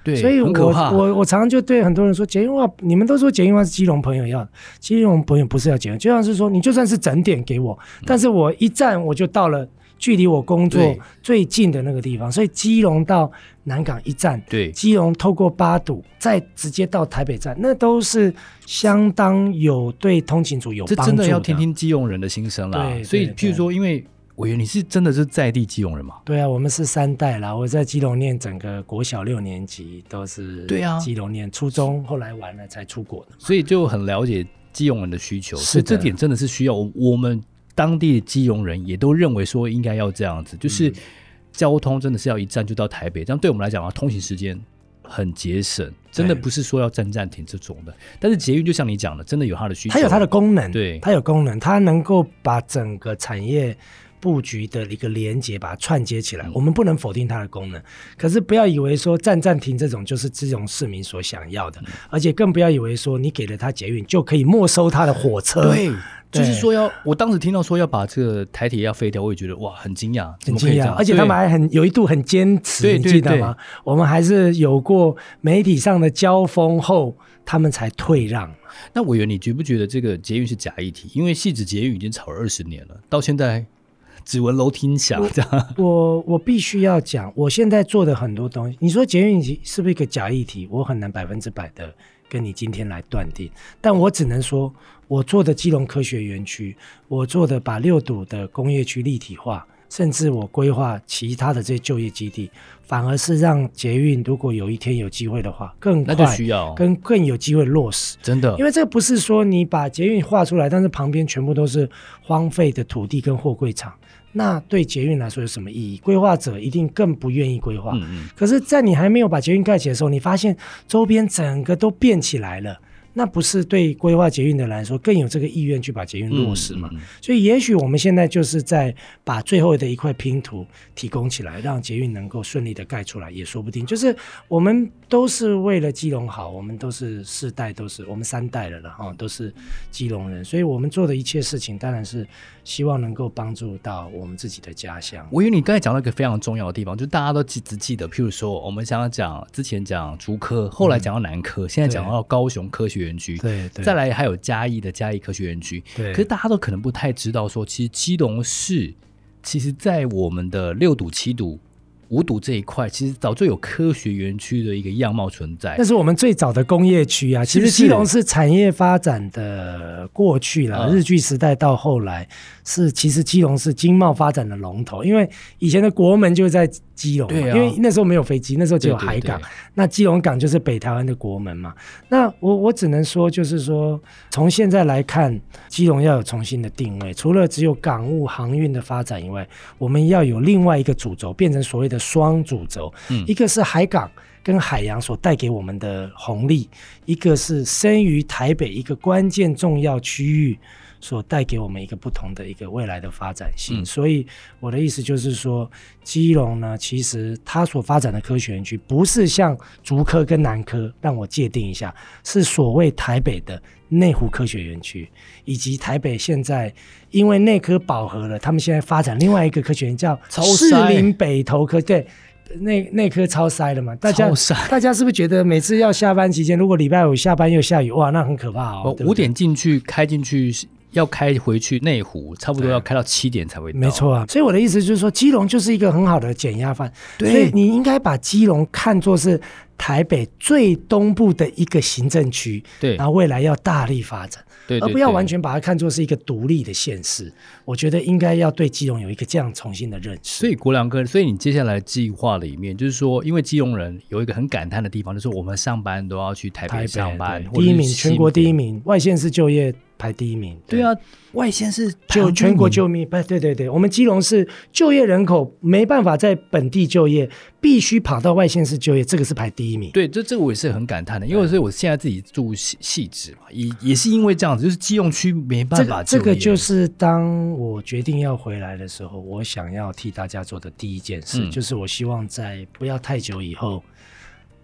对， 所以我很可怕。 我我常常就对很多人说，捷运化，你们都说捷运化是基隆朋友要的，基隆朋友不是要捷运，就像是说，你就算是整点给我，嗯、但是我一站我就到了距离我工作最近的那个地方，所以基隆到南港一站， 对， 基隆透过八堵再直接到台北站，那都是相当有对通勤族有帮助的。 这真的要听听基隆人的心声啦。对，所以譬如说，因为委员你是真的是在地基隆人吗？ 对啊，我们是三代啦。我在基隆念整个国小六年级都是对啊，基隆念初中，后来完了才出国的， 所以就很了解基隆人的需求。所以这点真的是需要我们当地的基隆人也都认为说应该要这样子，就是交通真的是要一站就到台北，这样对我们来讲啊，通行时间很节省，真的不是说要站站停这种的。但是捷运就像你讲的，真的有它的需求， 它有它的功能， 对， 它有功能，它能够把整个产业布局的一个连结把它串接起来、嗯、我们不能否定它的功能，可是不要以为说站站停这种就是基隆市民所想要的、嗯、而且更不要以为说你给了他捷运就可以没收他的火车。 对，就是说要，我当时听到说要把这个台铁要废掉，我也觉得哇很惊讶， 很惊讶，而且他们还很有一度很坚持，你记得吗？我们还是有过媒体上的交锋后，他们才退让。 那委员，你觉不觉得这个捷运是假议题？因为汐止捷运已经炒了二十年了，到现在只闻楼梯响，这样。 我我必须要讲，我现在做的很多东西，你说捷运是不是一个假议题？我很难百分之百的跟你今天来断定，但我只能说，我做的基隆科学园区，我做的把六堵的工业区立体化，甚至我规划其他的这些就业基地，反而是让捷运如果有一天有机会的话，更快， 那就需要更更有机会落实。 真的， 因为这不是说你把捷运画出来，但是旁边全部都是荒废的土地跟货柜场。那对捷运来说有什么意义？规划者一定更不愿意规划、嗯嗯、可是在你还没有把捷运盖起来的时候，你发现周边整个都变起来了，那不是对规划捷运的人来说更有这个意愿去把捷运落实吗、嗯嗯、所以也许我们现在就是在把最后的一块拼图提供起来，让捷运能够顺利的盖出来也说不定。就是我们都是为了基隆好，我们都是世代，都是我们三代了啦，都是基隆人，所以我们做的一切事情当然是希望能够帮助到我们自己的家乡。 我以为你刚才讲到一个非常重要的地方，就是大家都只记得，譬如说我们想要讲之前讲竹科，后来讲到南科、嗯、现在讲到高雄科学园区， 对对， 再来还有嘉义的嘉义科学园区，对。可是大家都可能不太知道说，其实基隆市其实在我们的六堵、七堵、五堵这一块，其实早就有科学园区的一个样貌存在。 那是我们最早的工业区啊。其实基隆是产业发展的过去啦，日据时代到后来是，其实基隆是经贸发展的龙头，因为以前的国门就在基隆、啊、因为那时候没有飞机，那时候只有海港，对对对，那基隆港就是北台湾的国门嘛。那我我只能说，就是说从现在来看，基隆要有重新的定位，除了只有港务航运的发展以外，我们要有另外一个主轴，变成所谓的双主轴、嗯、一个是海港跟海洋所带给我们的红利，一个是生于台北一个关键重要区域所带给我们一个不同的一个未来的发展性、嗯、所以我的意思就是说，基隆呢，其实它所发展的科学园区不是像竹科跟南科，让我界定一下，是所谓台北的内湖科学园区，以及台北现在因为内科饱和了，他们现在发展另外一个科学园叫士林北投科，对，内内科超塞了嘛？大家大家是不是觉得每次要下班期间，如果礼拜五下班又下雨，哇，那很可怕哦。 五点进去开进去，要开回去内湖，差不多要开到七点才会到。 没错啊，所以我的意思就是说，基隆就是一个很好的减压饭，所以你应该把基隆看作是台北最东部的一个行政区，对，然后未来要大力发展，对对对，而不要完全把它看作是一个独立的县市。我觉得应该要对基隆有一个这样重新的认识。 所以国良哥，所以你接下来计划里面，就是说，因为基隆人有一个很感叹的地方，就是我们上班都要去台北上班， 第一名，全国第一名，外县市就业排第一名。 对, 对啊，外县市就全国就业，对对对，我们基隆是就业人口没办法在本地就业，必须跑到外县市就业，这个是排第一名。 对，这这个我也是很感叹的，因为所以我现在自己住汐止嘛，也也是因为这样子，就是基隆区没办法就业、 这个。这个就是当我决定要回来的时候，我想要替大家做的第一件事，嗯、就是我希望在不要太久以后，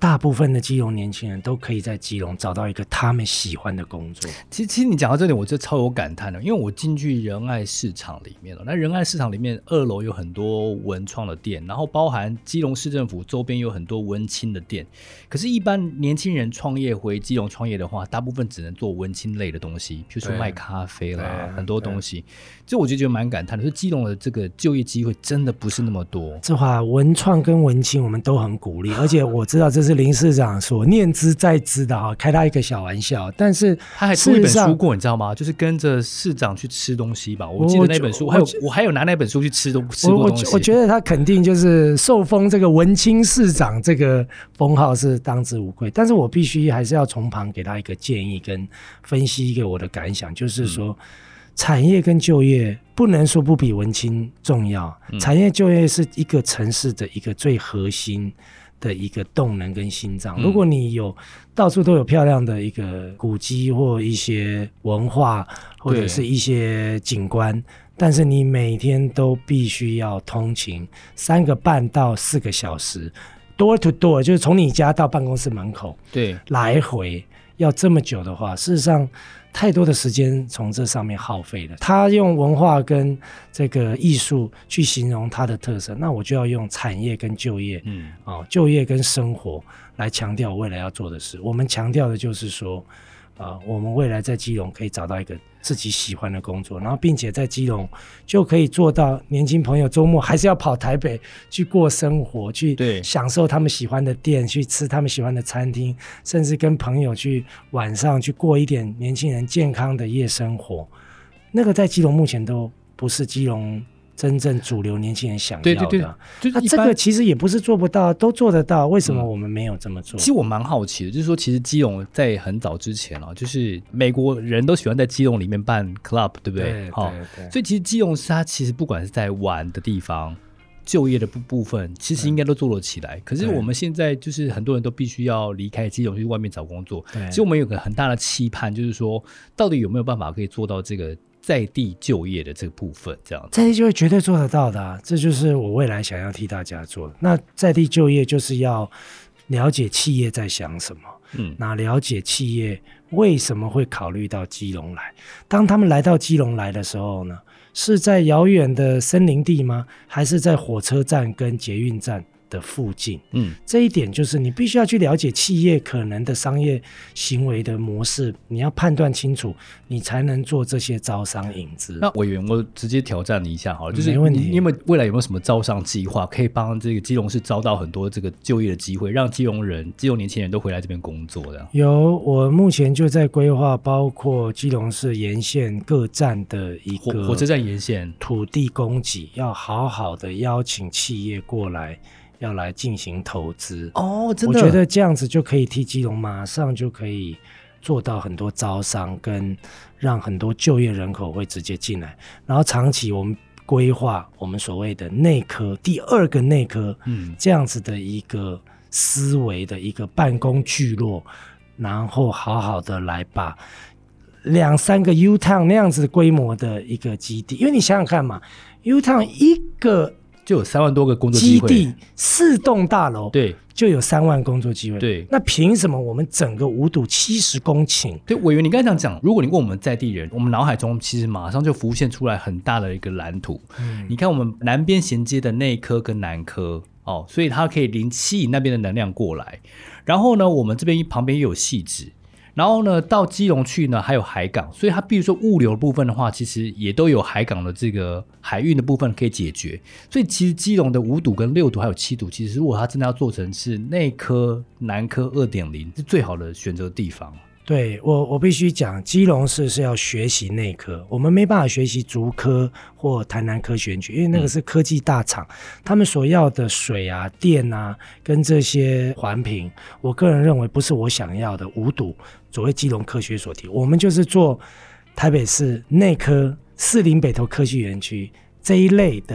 大部分的基隆年轻人都可以在基隆找到一个他们喜欢的工作。 其实，其实你讲到这点，我就超有感叹的，因为我进去仁爱市场里面了。那仁爱市场里面二楼有很多文创的店，然后包含基隆市政府周边有很多文青的店。可是，一般年轻人创业回基隆创业的话，大部分只能做文青类的东西，比如说卖咖啡啦，很多东西。就我就觉得蛮感叹的，说基隆的这个就业机会真的不是那么多。 这话文创跟文青我们都很鼓励，而且我知道这是林市长所念之在之的哈，开他一个小玩笑。但是他还出一本书过，你知道吗？就是跟着市长去吃东西吧。我记得那本书，我还有我还有拿那本书去吃东吃过东西。 我, 我, 我觉得他肯定就是受封这个文青市长这个封号是当之无愧。但是我必须还是要从旁给他一个建议跟分析一个我的感想，就是说。嗯，产业跟就业不能说不比文青重要，嗯，产业就业是一个城市的一个最核心的一个动能跟心脏。如果你有到处都有漂亮的一个古迹或一些文化或者是一些景观，但是你每天都必须要通勤三个半到四个小时 door to door， 就是从你家到办公室门口，对，来回要这么久的话，事实上太多的时间从这上面耗费了。他用文化跟这个艺术去形容它的特色，那我就要用产业跟就业，嗯，哦，就业跟生活来强调我未来要做的事。我们强调的就是说，呃，我们未来在基隆可以找到一个自己喜欢的工作，然后并且在基隆就可以做到年轻朋友周末还是要跑台北去过生活，去享受他们喜欢的店，去吃他们喜欢的餐厅，甚至跟朋友去晚上去过一点年轻人健康的夜生活。那个在基隆目前都不是基隆真正主流年轻人想要的。对对对，就是、那这个其实也不是做不到，都做得到，为什么我们没有这么做？嗯、 其实我蛮好奇的，就是说其实基隆在很早之前啊，就是美国人都喜欢在基隆里面办 club， 对不对？对对对。所以其实基隆是它其实不管是在玩的地方，就业的部分其实应该都做了起来。可是我们现在就是很多人都必须要离开基隆去外面找工作，其实我们有个很大的期盼，就是说到底有没有办法可以做到这个在地就业的这个部分，这样在地就业绝对做得到的、啊，这就是我未来想要替大家做的。那在地就业就是要了解企业在想什么，嗯，那了解企业为什么会考虑到基隆来。当他们来到基隆来的时候呢，是在遥远的森林地吗？还是在火车站跟捷运站的附近？嗯，这一点就是你必须要去了解企业可能的商业行为的模式，你要判断清楚，你才能做这些招商引资。 那委员，我直接挑战你一下好了，就是你你有没有未来有没有什么招商计划，可以帮这个基隆市招到很多这个就业的机会，让基隆人、基隆年轻人都回来这边工作的？ 有，我目前就在规划，包括基隆市沿线各站的一个火, 火车站沿线土地供给，要好好的邀请企业过来。要来进行投资哦，真的， 我觉得这样子就可以替基隆马上就可以做到很多招商，跟让很多就业人口会直接进来。然后长期我们规划我们所谓的内科，第二个内科，嗯，这样子的一个思维的一个办公聚落，然后好好的来把两三个 U-Town 那样子规模的一个基地，因为你想想看嘛 ，U-Town 一个就有三万多个工作机会， 基地四栋大楼， 对， 就有三万工作机会。 对， 那凭什么我们整个五堵七十公顷？ 对，委员，你刚才这样讲，如果你问我们在地人，我们脑海中其实马上就浮现出来很大的一个蓝图。嗯，你看我们南边衔接的内科跟南科，哦，所以它可以零吸引那边的能量过来。然后呢，我们这边旁边又有汐止。然后呢，到基隆去呢，还有海港，所以它比如说物流的部分的话，其实也都有海港的这个海运的部分可以解决。所以其实基隆的五堵跟六堵还有七堵，其实如果它真的要做成是内科、南科 二点零， 是最好的选择地方。 对，我我必须讲，基隆市是要学习内科，我们没办法学习竹科或台南科学园区，因为那个是科技大厂，嗯、他们所要的水啊、电啊，跟这些环评，我个人认为不是我想要的。五堵所谓基隆科学所提，我们就是做台北市内科、士林北投科技园区这一类的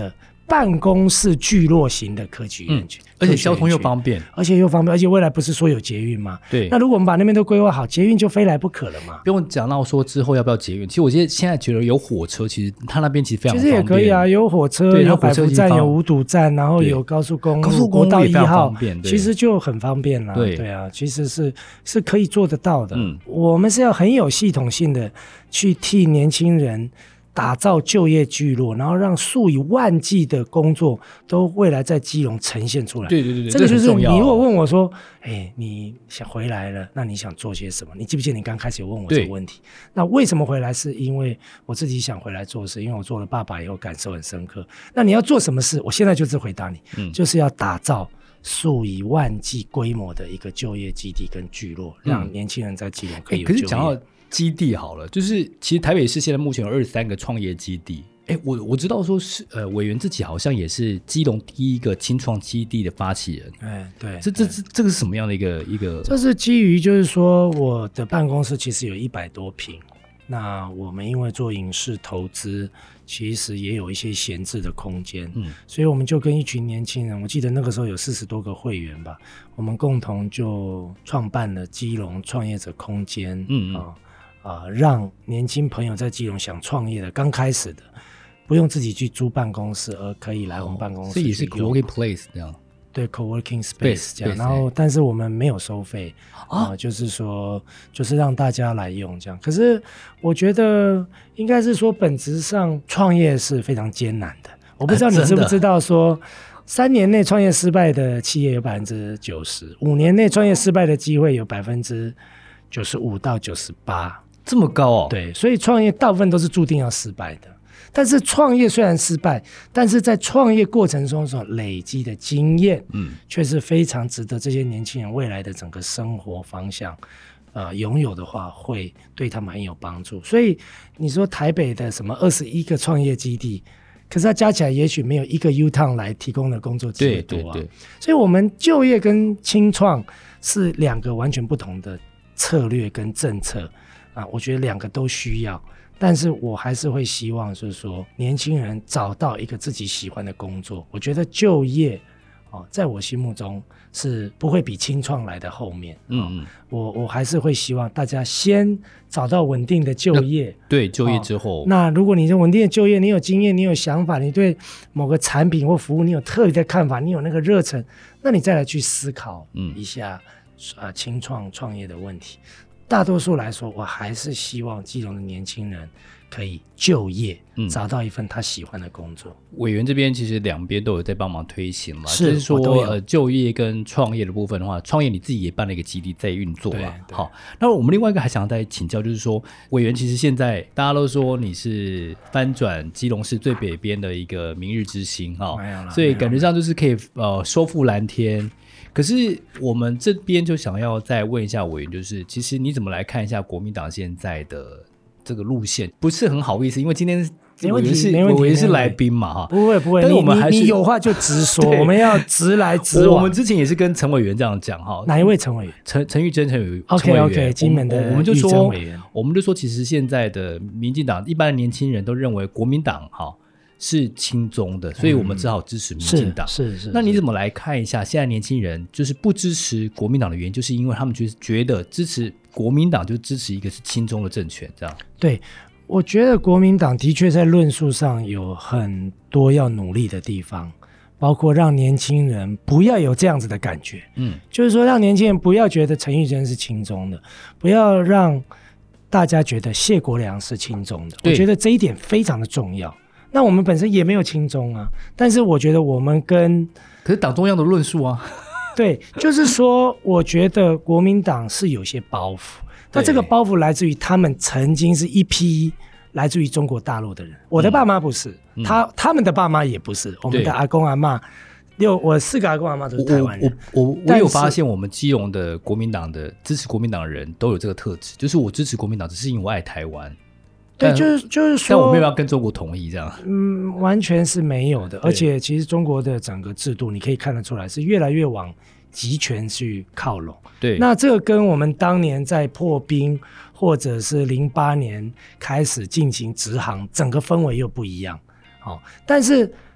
办公室聚落型的科技园区、嗯， 而且交通又方便， 而且又方便，而且未来不是说有捷运吗？ 对， 那如果我们把那边都规划好，捷运就非来不可了嘛。 不用讲到说之后要不要捷运，其实我觉得现在觉得有火车，其实它那边其实非常方便， 其实也可以啊，有火车，有百福站，有五堵站，然后有高速公路， 高速公路国道一号， 其实就很方便啦。 对对啊，其实是是可以做得到的。嗯，我们是要很有系统性的去替年轻人打造就业聚落，然后让数以万计的工作都未来在基隆呈现出来。 对对对对， 这个就是你如果问我说，哎，你想回来了，那你想做些什么？你记不记得你刚开始有问我这个问题？那为什么回来？是因为我自己想回来做事，因为我做了爸爸以后感受很深刻。那你要做什么事？我现在就是回答你，嗯、就是要打造数以万计规模的一个就业基地跟聚落，嗯、让年轻人在基隆可以有就业。 可是讲到基地好了，就是其实台北市现在目前有二十三个创业基地。哎，我我知道说是呃，委员自己好像也是基隆第一个青创基地的发起人。 哎，对， 这这这这个是什么样的一个一个？ 这是基于就是说，我的办公室其实有一百多坪，那我们因为做影视投资，其实也有一些闲置的空间，嗯，所以我们就跟一群年轻人，我记得那个时候有四十多个会员吧，我们共同就创办了基隆创业者空间，嗯嗯。啊呃，让年轻朋友在基隆想创业的，刚开始的，不用自己去租办公室，而可以来我们办公室， 这、哦、也是 co-working place 这样。 对 ，co-working space 这样，然后但是我们没有收费啊、呃，就是说，就是让大家来用这样。可是我觉得应该是说，本质上创业是非常艰难的。我不知道你知不知道说，呃、三年内创业失败的企业有百分之九十，五年内创业失败的机会有百分之九十五到九十八。 这么高哦？ 对，所以创业大部分都是注定要失败的。但是创业虽然失败，但是在创业过程中所累积的经验，嗯，却是非常值得这些年轻人未来的整个生活方向，呃，拥有的话，会对他们很有帮助。所以你说台北的什么二十一个创业基地，可是它加起来也许没有一个 U-Town 来提供的工作机会多啊。对对对，所以我们就业跟青创是两个完全不同的策略跟政策。啊，我觉得两个都需要，但是我还是会希望就是说年轻人找到一个自己喜欢的工作。我觉得就业哦，在我心目中是不会比青创来的后面。嗯嗯，我我还是会希望大家先找到稳定的就业。 对，就业之后、哦， 那如果你的稳定的就业，你有经验，你有想法，你对某个产品或服务你有特别的看法，你有那个热忱，那你再来去思考一下、嗯、呃青创创业的问题。大多数来说，我还是希望基隆的年轻人可以就业、嗯、找到一份他喜欢的工作。 委员这边其实两边都有在帮忙推行嘛，是就是说呃就业跟创业的部分的话，创业你自己也办了一个基地在运作了。好，那我们另外一个还想再请教，就是说委员其实现在大家都说你是翻转基隆市最北边的一个明日之星哈、哦，所以感觉上就是可以呃收复蓝天。可是我们这边就想要再问一下委员，就是其实你怎么来看一下国民党现在的这个路线？不是很好意思，因为今天委员是委员是来宾嘛哈， 不会不会，但是我们还是 你, 你有话就直说，我们要直来直往。 我们之前也是跟陈委员这样讲哈， 哪一位陈委员？ 陈陈玉珍陈委员。 OK OK， 金门的我们就说，我们就说，其实现在的民进党一般的年轻人都认为国民党哈。是亲中的，所以我们只好支持民进党、嗯、是 是, 是, 是那你怎么来看一下现在年轻人就是不支持国民党的原因，就是因为他们觉得支持国民党就支持一个是亲中的政权这样。 对，我觉得国民党的确在论述上有很多要努力的地方，包括让年轻人不要有这样子的感觉，嗯，就是说让年轻人不要觉得陈玉珍是亲中的，不要让大家觉得谢国良是亲中的，我觉得这一点非常的重要。那我们本身也没有亲中啊，但是我觉得我们跟可是党中央的论述啊， 对，就是说我觉得国民党是有些包袱，那这个包袱来自于他们曾经是一批来自于中国大陆的人，我的爸妈不是、嗯、他他们的爸妈也不是，我们的阿公阿嬷六我四个阿公阿嬷都是台湾人。 我我 我, 我有发现我们基隆的国民党的支持国民党的人都有这个特质，就是我支持国民党只是因为我爱台湾。 对，就是就是说， 但我没有要跟中国统一这样。 嗯，完全是没有的。而且，其实中国的整个制度，你可以看得出来，是越来越往集权去靠拢。 对， 那这个跟我们当年在破冰，或者是零八年开始进行直航，整个氛围又不一样。好、哦，但是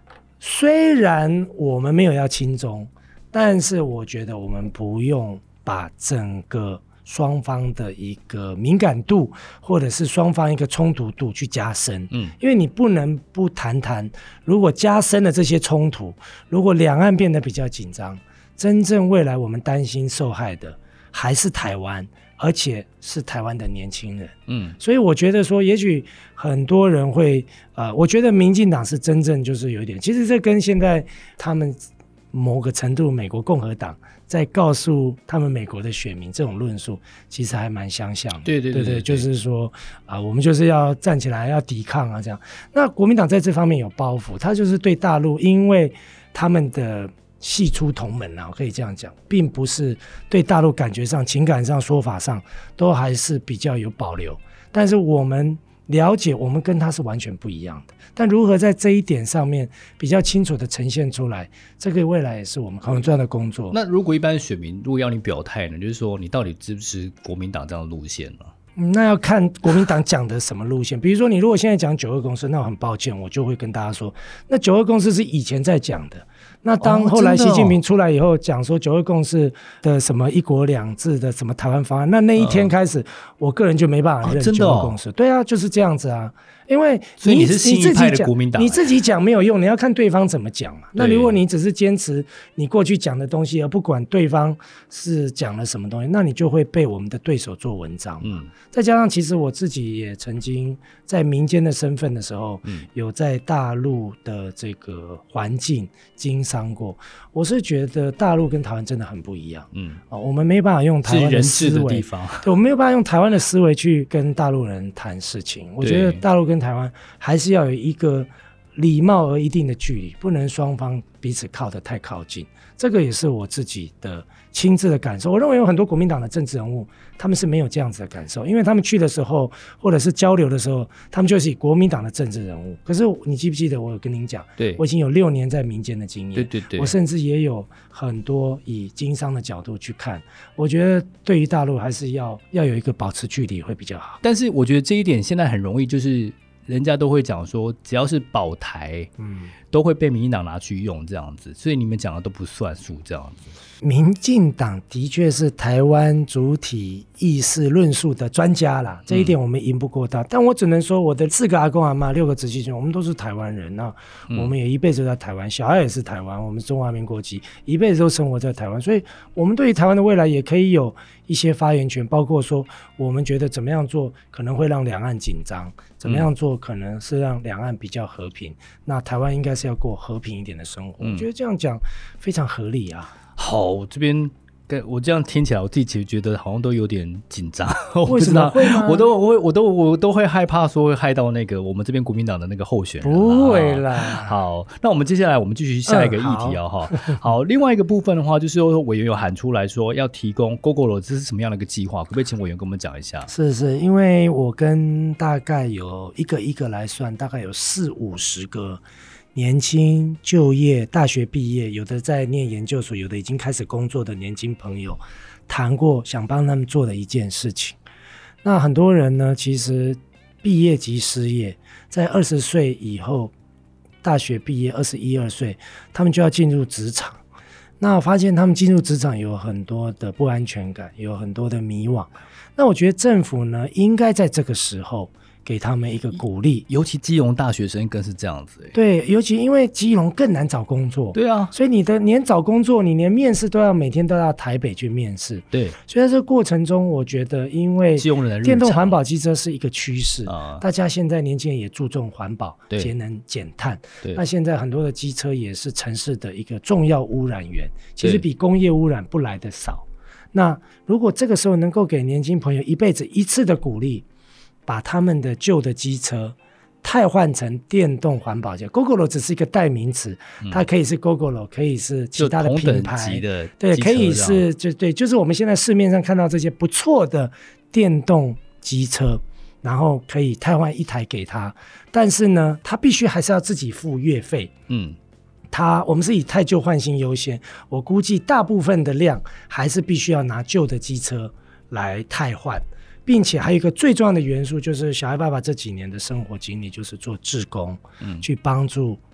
虽然我们没有要亲中，但是我觉得我们不用把整个双方的一个敏感度或者是双方一个冲突度去加深，嗯，因为你不能不谈谈，如果加深了这些冲突，如果两岸变得比较紧张，真正未来我们担心受害的还是台湾，而且是台湾的年轻人，嗯，所以我觉得说，也许很多人会，呃，我觉得民进党是真正就是有一点，其实这跟现在他们某个程度美国共和党在告诉他们美国的选民这种论述，其实还蛮相像的。 对对 对, 对, 对, 对， 就是说啊、呃，我们就是要站起来，要抵抗啊，这样。那国民党在这方面有包袱，他就是对大陆，因为他们的系出同门啊，可以这样讲，并不是对大陆感觉上、情感上、说法上都还是比较有保留。但是我们了解，我们跟他是完全不一样的。但如何在这一点上面比较清楚的呈现出来，这个未来也是我们很重要的工作。 那如果一般选民如果要你表态呢，就是说你到底支不支持国民党这样的路线呢？ 那要看国民党讲的什么路线。比如说你如果现在讲九二共识，那我很抱歉，我就会跟大家说，那九二共识是以前在讲的。那当后来习近平出来以后讲说九二共识的什么一国两制的什么台湾方案，那那一天开始、嗯、我个人就没办法认九二共识、哦、对啊，就是这样子啊。因为 你, 所以你是新一派的国民党， 你自己讲没有用，你要看对方怎么讲嘛。那如果你只是坚持你过去讲的东西，而不管对方是讲了什么东西，那你就会被我们的对手做文章嘛、嗯、再加上其实我自己也曾经在民间的身份的时候、嗯、有在大陆的这个环境经商过。我是觉得大陆跟台湾真的很不一样、嗯哦、我们没有办法用台湾的思维，是人治的地方，对，我们没有办法用台湾的思维去跟大陆人谈事情。我觉得大陆跟台湾还是要有一个礼貌而一定的距离，不能双方彼此靠得太靠近。这个也是我自己的亲自的感受。我认为有很多国民党的政治人物他们是没有这样子的感受，因为他们去的时候或者是交流的时候，他们就是以国民党的政治人物。可是你记不记得我有跟您讲，对，我已经有六年在民间的经验，对对对，我甚至也有很多以经商的角度去看。我觉得对于大陆还是要要有一个保持距离会比较好。 但是我觉得这一点现在很容易，就是人家都会讲说只要是保台、嗯、都会被民进党拿去用这样子，所以你们讲的都不算数这样子。 民进党的确是台湾主体意识论述的专家啦，这一点我们赢不过他、嗯、但我只能说我的四个阿公阿嬷六个直系亲，我们都是台湾人啊、嗯、我们也一辈子在台湾，小孩也是台湾，我们中华民国籍，一辈子都生活在台湾，所以我们对于台湾的未来也可以有一些发言权，包括说我们觉得怎么样做可能会让两岸紧张，怎么样做可能是让两岸比较和平、嗯、那台湾应该是要过和平一点的生活、嗯、我觉得这样讲非常合理啊。 好，这边我这样听起来，我自己其实觉得好像都有点紧张。 为什么会吗？ 我都我我都我都会害怕说会害到那个我们这边国民党的那个候选人。 不会啦。 好，那我们接下来我们继续下一个议题啊、哦、哈、嗯。好, 好，另外一个部分的话，就是说委员有喊出来说要提供 Gogoro， 这是什么样的一个计划？可不可以请委员跟我们讲一下？ 是是，因为我跟大概有一个一个来算，大概有四五十个年轻就业大学毕业，有的在念研究所，有的已经开始工作的年轻朋友谈过想帮他们做的一件事情。那很多人呢其实毕业即失业，在二十岁以后大学毕业二十一二岁他们就要进入职场。那我发现他们进入职场有很多的不安全感，有很多的迷惘。那我觉得政府呢应该在这个时候给他们一个鼓励， 尤其基隆大学生更是这样子、欸、 对，尤其因为基隆更难找工作， 对啊， 所以你的连找工作你连面试都要每天都要台北去面试， 对， 所以在这个过程中我觉得因为电动环保机车是一个趋势、啊、大家现在年轻人也注重环保节能减碳，那现在很多的机车也是城市的一个重要污染源，其实比工业污染不来的少。那如果这个时候能够给年轻朋友一辈子一次的鼓励，把他们的旧的机车汰换成电动环保机 Gogoro 只是一个代名词、嗯、它可以是 Gogoro， 可以是其他的品牌的，对，可以是就对，就是我们现在市面上看到这些不错的电动机车，然后可以汰换一台给他，但是呢他必须还是要自己付月费。嗯，他我们是以汰旧换新优先，我估计大部分的量还是必须要拿旧的机车来汰换，并且还有一个最重要的元素，就是小孩爸爸这几年的生活经历就是做志工、嗯、去帮助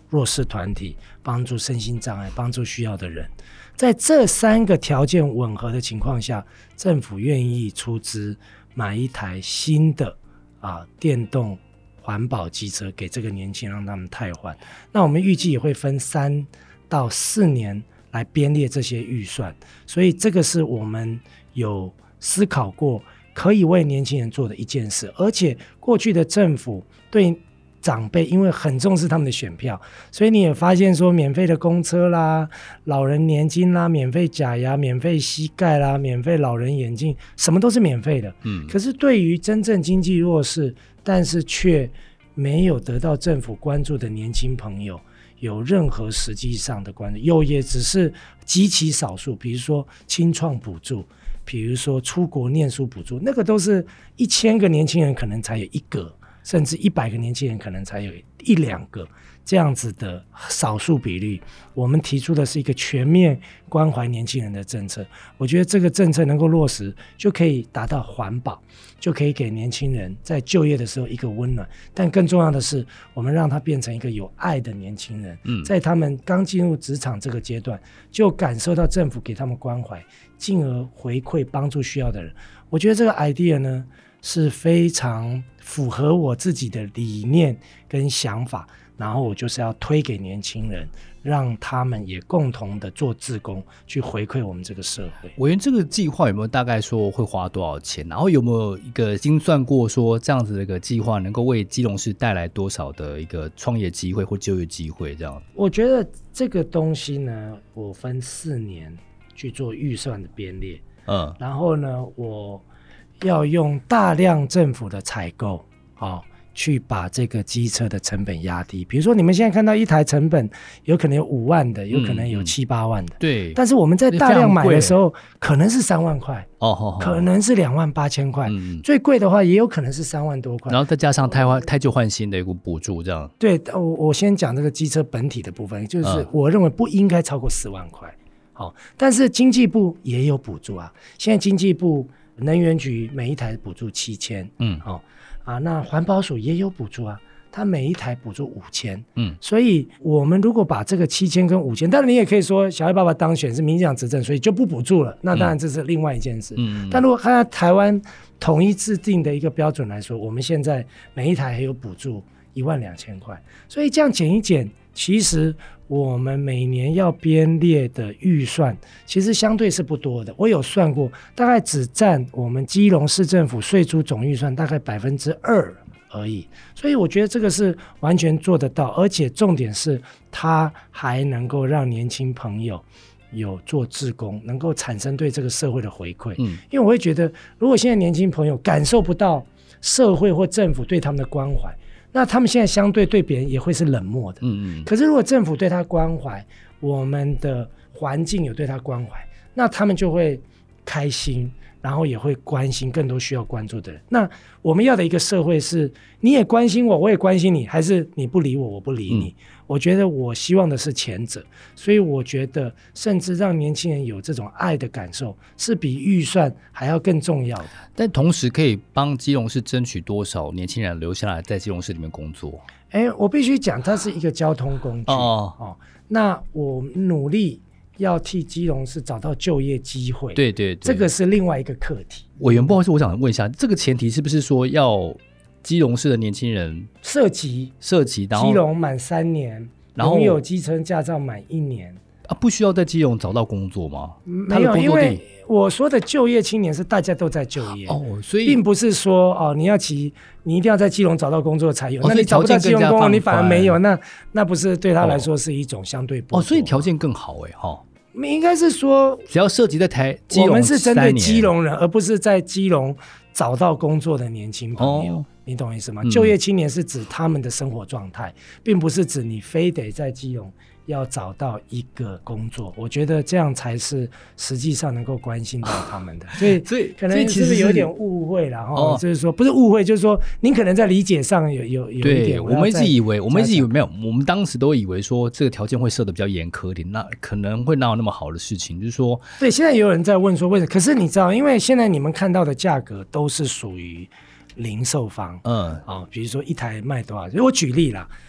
弱势团体，帮助身心障碍，帮助需要的人。在这三个条件吻合的情况下，政府愿意出资买一台新的啊电动环保机车给这个年轻人，让他们汰换。那我们预计也会分三到四年来编列这些预算，所以这个是我们有思考过可以为年轻人做的一件事。而且过去的政府对长辈因为很重视他们的选票，所以你也发现说免费的公车啦、老人年金啦、免费假牙、免费膝盖啦、免费老人眼镜，什么都是免费的。嗯，可是对于真正经济弱势但是却没有得到政府关注的年轻朋友，有任何实际上的关注，有也只是极其少数，比如说青创补助，比如说出国念书补助，那个都是一千个年轻人可能才有一个，甚至一百个年轻人可能才有一两个，这样子的少数比例。我们提出的是一个全面关怀年轻人的政策，我觉得这个政策能够落实，就可以达到环保，就可以给年轻人在就业的时候一个温暖，但更重要的是我们让他变成一个有爱的年轻人、嗯、在他们刚进入职场这个阶段就感受到政府给他们关怀，进而回馈帮助需要的人。我觉得这个 idea 呢是非常符合我自己的理念跟想法，然后我就是要推给年轻人，让他们也共同的做志工去回馈我们这个社会。 委员，这个计划有没有大概说会花多少钱，然后有没有一个精算过说这样子的一个计划能够为基隆市带来多少的一个创业机会或就业机会？这样我觉得这个东西呢，我分四年去做预算的编列，嗯，然后呢我要用大量政府的采购、哦、去把这个机车的成本压低。比如说你们现在看到一台成本有可能有五万的，有可能有七八万的、嗯、对，但是我们在大量买的时候可能是三万块、哦哦哦、可能是两万八千块、嗯、最贵的话也有可能是三万多块， 然后再加上汰汰旧换新的一个补助，这样。 对，我我先讲这个机车本体的部分，就是我认为不应该超过四万块、哦、但是经济部也有补助啊，现在经济部能源局每一台补助七千，嗯，哦，啊，那环保署也有补助啊，它每一台补助五千，嗯，所以我们如果把这个七千跟五千，当然你也可以说小爱爸爸当选是民进党执政，所以就不补助了，那当然这是另外一件事，嗯，但如果看台湾统一制定的一个标准来说，我们现在每一台还有补助一万两千块，所以这样减一减，其实我们每年要编列的预算其实相对是不多的，我有算过，大概只占我们基隆市政府税出总预算大概百分之二而已，所以我觉得这个是完全做得到，而且重点是它还能够让年轻朋友有做志工，能够产生对这个社会的回馈、嗯、因为我会觉得如果现在年轻朋友感受不到社会或政府对他们的关怀，那他们现在相对对别人也会是冷漠的，嗯嗯。可是如果政府对他关怀，我们的环境有对他关怀，那他们就会开心，然后也会关心更多需要关注的人。那我们要的一个社会是你也关心我，我也关心你，还是你不理我，我不理你、嗯、我觉得我希望的是前者，所以我觉得甚至让年轻人有这种爱的感受是比预算还要更重要的。 但同时可以帮基隆市争取多少年轻人留下来在基隆市里面工作？ 哎，我必须讲它是一个交通工具、哦哦、那我努力要替基隆市找到就业机会， 对对对， 这个是另外一个课题。 委员，不好意思，我想问一下，这个前提是不是说要基隆市的年轻人涉及涉及，然后基隆满三年，然后拥有机车驾照满一年啊，不需要在基隆找到工作吗？ 没有，因为我说的就业青年是大家都在就业哦，所以并不是说哦，你要骑，你一定要在基隆找到工作才有。哦、那你找不到基隆工作，你反而没有，那那不是对他来说是一种相对剥夺哦， 所以条件更好哎哈。 应该是说， 只要涉及在台基隆， 我们是针对基隆人，而不是在基隆找到工作的年轻朋友。哦、你懂意思吗？嗯、就业青年是指他们的生活状态，并不是指你非得在基隆要找到一个工作。我觉得这样才是实际上能够关心到他们的。所以，所以可能是不是有点误会了？哦，就是说不是误会，就是说您可能在理解上有有有一点。 我们一直以为，我们一直以为没有，我们当时都以为说这个条件会设得比较严苛一点，那可能会哪有那么好的事情？就是说， 对，现在也有人在问说为什么？可是你知道，因为现在你们看到的价格都是属于零售方，嗯，哦，比如说一台卖多少？我举例啦，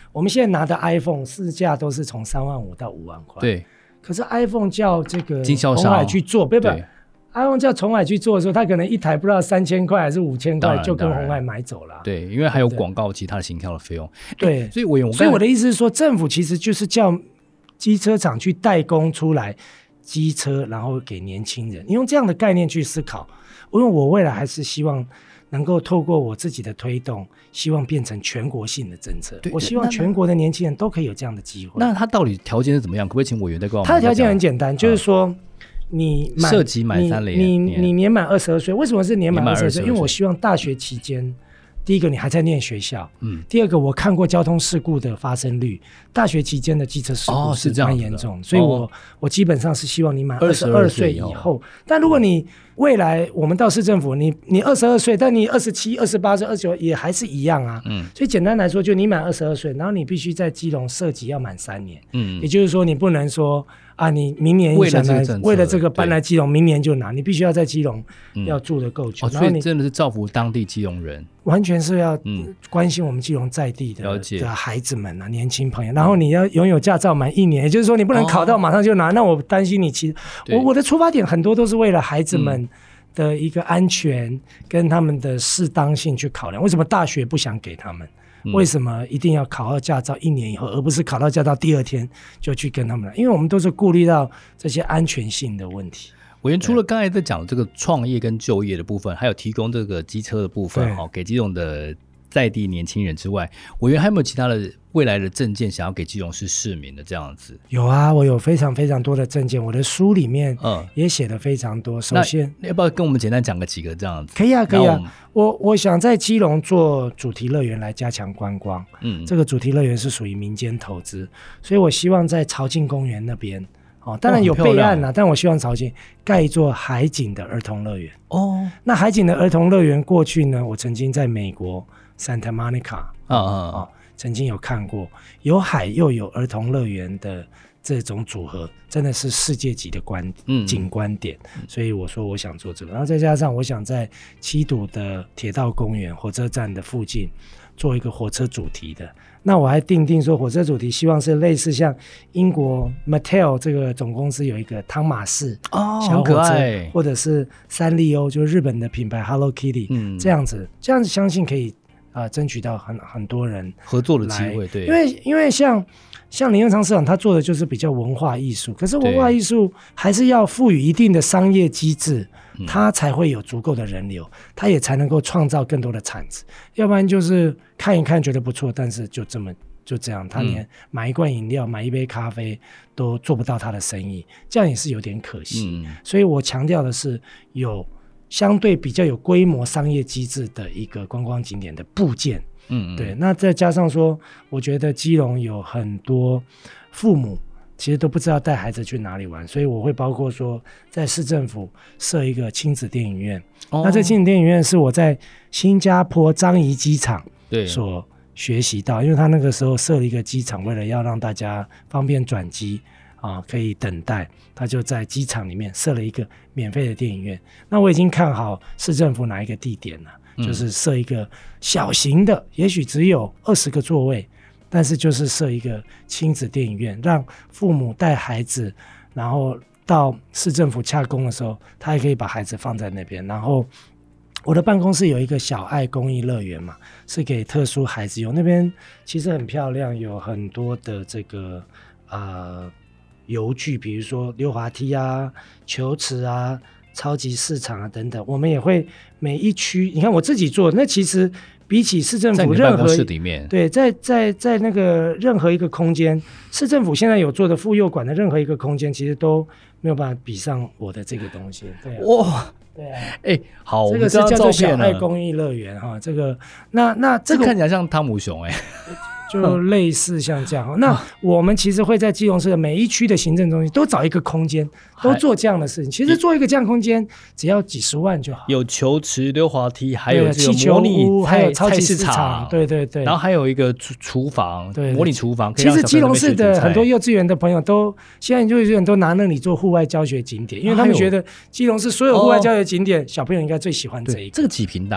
我们现在拿的 iPhone 市价都是从三万五到五万块， 对。 可是 iPhone 叫这个经销鸿海去做，不不 ，iPhone 叫鸿海去做的时候，他可能一台不知道三千块还是五千块就跟鸿海买走了。 对，因为还有广告其他的行销的费用。 对， 所以我我所以我的意思是说，政府其实就是叫机车厂去代工出来机车，然后给年轻人，你用这样的概念去思考。因为我未来还是希望能够透过我自己的推动，希望变成全国性的政策。我希望全国的年轻人都可以有这样的机会。 那他到底条件是怎么样？可不可以请委员再跟我们讲？ 他的条件很简单，就是说你满涉及满三年， 你你你年满二十二岁，为什么是年满二十二岁？因为我希望大学期间。第一个，你还在念学校，嗯。第二个，我看过交通事故的发生率，大学期间的机车事故是蛮严重，哦、所以我、哦、我基本上是希望你满二十二岁以后。但如果你未来我们到市政府，你你二十二岁，但你二十七、二十八岁、二十九也还是一样啊。嗯。所以简单来说，就你满二十二岁，然后你必须在基隆设籍要满三年。嗯。也就是说，你不能说啊，你明年想来为了这个搬来基隆，明年就拿，你必须要在基隆要住得够久。 哦，所以真的是造福当地基隆人。 完全是要关心我们基隆在地 的,、嗯、的孩子们啊，年轻朋友。然后你要拥有驾照满一年，也就是说你不能考到马上就拿。哦、那我担心你其实我我的出发点很多都是为了孩子们的一个安全跟他们的适当性去考量。为什么大学不想给他们？嗯、为什么一定要考到驾照一年以后，而不是考到驾照第二天就去跟他们？因为我们都是顾虑到这些安全性的问题。 委员除了刚才在讲这个创业跟就业的部分，还有提供这个机车的部分，给基隆的在地年轻人之外，委员还有没有其他的未来的政见想要给基隆市市民的这样子？ 有啊，我有非常非常多的政见，我的书里面也写的非常多。嗯、首先， 要不要跟我们简单讲个几个这样子？ 可以啊，可以啊。我我想在基隆做主题乐园来加强观光。嗯，这个主题乐园是属于民间投资，所以我希望在潮境公园那边。哦，当然有备案啦、啊，但我希望潮境盖一座海景的儿童乐园。哦，那海景的儿童乐园过去呢，我曾经在美国 Santa Monica 啊、哦、啊、哦、曾经有看过，有海又有儿童乐园的这种组合，真的是世界级的观、嗯、景观点。所以我说我想做这个，然后再加上我想在七堵的铁道公园火车站的附近做一个火车主题的。那我还定定说火车主题希望是类似像英国 Mattel 这个总公司有一个汤马士小火车、哦、或者是三丽鸥就是日本的品牌 Hello Kitty、嗯、这样子这样子相信可以、呃、争取到 很, 很多人合作的机会。对， 因为因为像像林右昌市长他做的就是比较文化艺术，可是文化艺术还是要赋予一定的商业机制，它才会有足够的人流，它也才能够创造更多的产值。要不然就是看一看觉得不错，但是就这么就这样，他连买一罐饮料、买一杯咖啡都做不到他的生意，这样也是有点可惜。嗯、所以我强调的是有相对比较有规模商业机制的一个观光景点的部件。嗯，对。那再加上说，我觉得基隆有很多父母其实都不知道带孩子去哪里玩，所以我会包括说在市政府设一个亲子电影院。哦、那这亲子电影院是我在新加坡樟宜机场所学习到，因为他那个时候设了一个机场，为了要让大家方便转机啊，可以等待，他就在机场里面设了一个免费的电影院。那我已经看好市政府哪一个地点了，嗯、就是设一个小型的，也许只有二十个座位。但是就是设一个亲子电影院，让父母带孩子，然后到市政府洽公的时候，他也可以把孩子放在那边。然后我的办公室有一个小爱公益乐园嘛，是给特殊孩子用，那边其实很漂亮，有很多的这个呃游具，比如说溜滑梯啊、球池啊、超级市场啊等等。我们也会每一区，你看我自己做，那其实比起市政府任何在里面， 对，在在在那个任何一个空间，市政府现在有做的妇幼馆的任何一个空间，其实都没有办法比上我的这个东西。对、啊，哇，对啊， 哎、欸，好， 这个是叫做小爱公益乐园哈，这个那那这个这看起来像汤姆熊哎、欸。 就类似像这样，那我们其实会在基隆市的每一区的行政中心都找一个空间，都做这样的事情。其实做一个这样的空间只要几十万就好。 有球池、溜滑梯，还有这个模拟还有超级市场， 对对对。 然后还有一个厨厨房，对，模拟厨房。 其实基隆市的很多幼稚园的朋友都现在幼稚园都拿那里做户外教学景点，因为他们觉得基隆市所有户外教学景点，小朋友应该最喜欢这一个。 这个几坪大？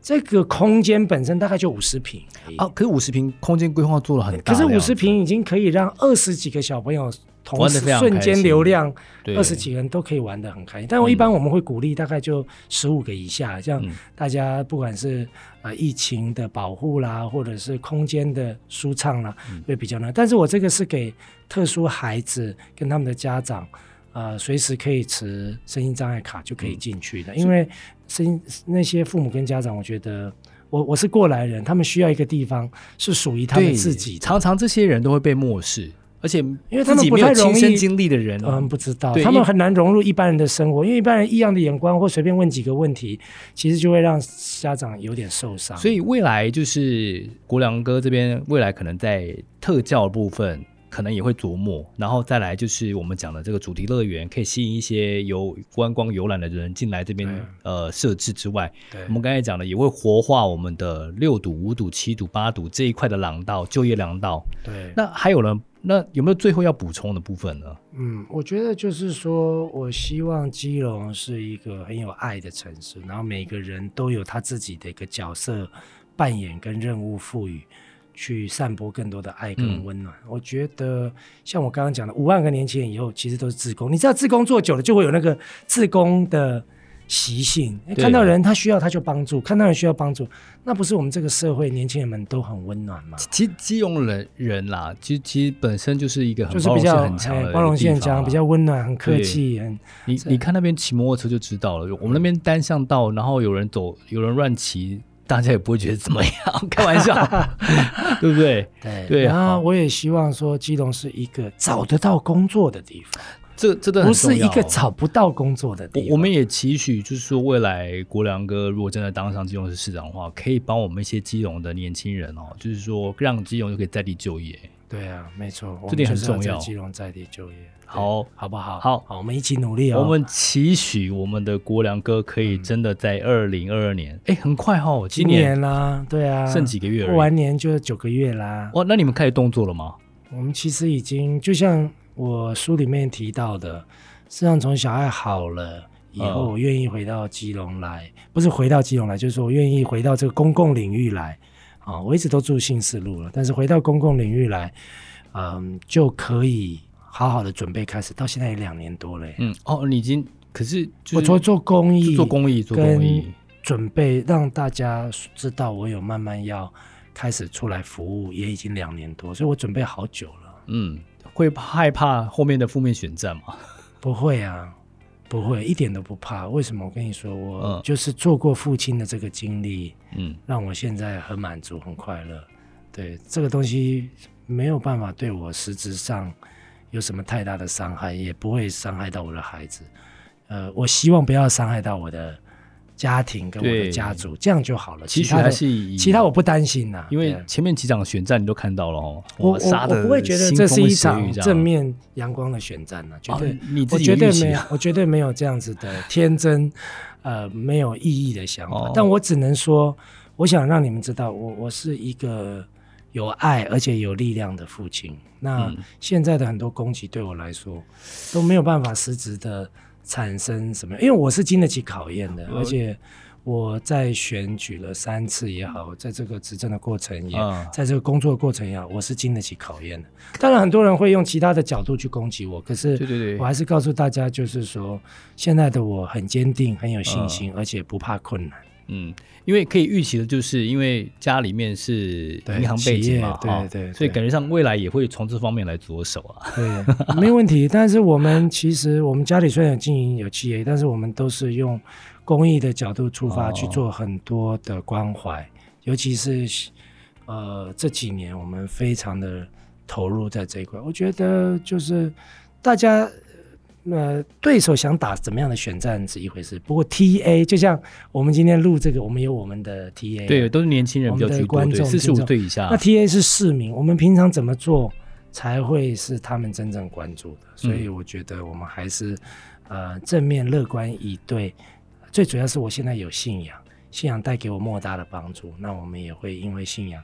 这个空间本身大概就五十坪啊，可是五十坪空间规划做了很大， 可是五十坪已经可以让二十几个小朋友同时瞬间流量，二十几个人都可以玩得很开心。但我一般我们会鼓励大概就十五个以下，这样大家不管是呃疫情的保护啦，或者是空间的舒畅啦，会比较难。但是我这个是给特殊孩子跟他们的家长。呃，随时可以持身心障碍卡就可以进去的，嗯、因为身那些父母跟家长，我觉得我我是过来人，他们需要一个地方是属于他们自己的。 常常这些人都会被漠视，而且因为他们不太容易亲身经历的人， 嗯，不知道，他们很难融入一般人的生活，因为一般人异样的眼光或随便问几个问题，其实就会让家长有点受伤。 所以未来就是国良哥这边，未来可能在特教的部分。可能也会琢磨，然后再来就是我们讲的这个主题乐园，可以吸引一些有观光游览的人进来这边呃设置之外，我们刚才讲的也会活化我们的六堵、五堵、七堵、八堵这一块的廊道，就业廊道。 对， 那还有人，那有没有最后要补充的部分呢？ 嗯，我觉得就是说，我希望基隆是一个很有爱的城市，然后每个人都有他自己的一个角色扮演跟任务赋予。去散播更多的爱跟温暖、嗯、我觉得像我刚刚讲的五万个年轻人以后其实都是志工，你知道志工做久了就会有那个志工的习性，看到人他需要他就帮助，看到人需要帮助，那不是我们这个社会年轻人们都很温暖吗？ 其实基隆人人啦，其实其实本身就是一个很包容性很强的，包容性很强，比较温暖，很客气。很你你看那边骑摩托车就知道了，我们那边单向道，然后有人走，有人乱骑。大家也不会觉得怎么样，开玩笑，对不对？ 对对。然后我也希望说，基隆是一个找得到工作的地方， 这这真的很重要， 不是一个找不到工作的地方。 我, 我们也期许，就是说未来国良哥如果真的当上基隆市市长的话，可以帮我们一些基隆的年轻人哦，就是说让基隆就可以在地就业。 对啊，没错， 这点很重要。 在基隆在地就业。 好， 好不好？ 好， 好，我们一起努力哦。 我们期许我们的国良哥可以真的在二零二二年，哎、嗯，很快哦， 今年啦，对啊， 剩几个月而已， 过完年就九个月啦。 哇，那你们开始动作了吗？ 我们其实已经，就像我书里面提到的，实际上从小孩好了以后，我愿意回到基隆来，嗯、不是回到基隆来，就是说我愿意回到这个公共领域来。啊，我一直都住信四路了，但是回到公共领域来，嗯，就可以。好好的准备开始，到现在也两年多了。嗯， 哦，你已经可是、就是、 我做做公益， 做公益，做公益， 准备让大家知道我有慢慢要开始出来服务，也已经两年多，所以我准备好久了。 嗯，会害怕后面的负面选战吗？ 不会啊，不会，一点都不怕。为什么？我跟你说，我就是做过父亲的这个经历，嗯，让我现在很满足，很快乐。对，这个东西没有办法对我实质上有什么太大的伤害，也不会伤害到我的孩子。呃，我希望不要伤害到我的家庭跟我的家族，这样就好了。 其实还是以其他我不担心呐、啊， 因为前面几场选战你都看到了哦。 我我我不会觉得这是一场正面阳光的选战呢、啊，绝对、哦、 你自己我绝对没有，我绝对没有这样子的天真，呃，没有意义的想法。哦、但我只能说，我想让你们知道，我我是一个有爱而且有力量的父亲。那现在的很多攻击对我来说都没有办法实质的产生什么，因为我是经得起考验的，而且我在选举了三次也好，在这个执政的过程也、嗯、在这个工作的过程也好，我是经得起考验的。当然很多人会用其他的角度去攻击我，可是我还是告诉大家，就是说现在的我很坚定，很有信心、嗯、而且不怕困难。 嗯，因为可以预期的就是因为家里面是银行背景嘛， 对 对, 对, 对， 所以感觉上未来也会从这方面来着手啊。 对，没问题。但是我们其实我们家里虽然有经营有企业，但是我们都是用公益的角度出发去做很多的关怀、哦、尤其是呃这几年我们非常的投入在这一块。我觉得就是大家呃，对手想打怎么样的选战是一回事，不过 T A 就像我们今天录这个，我们有我们的 T A， 对，都是年轻人比较居多， 观众四十五岁以下。 那 T A 是市民，我们平常怎么做才会是他们真正关注的？所以我觉得我们还是呃正面乐观以对，最主要是我现在有信仰，信仰带给我莫大的帮助，那我们也会因为信仰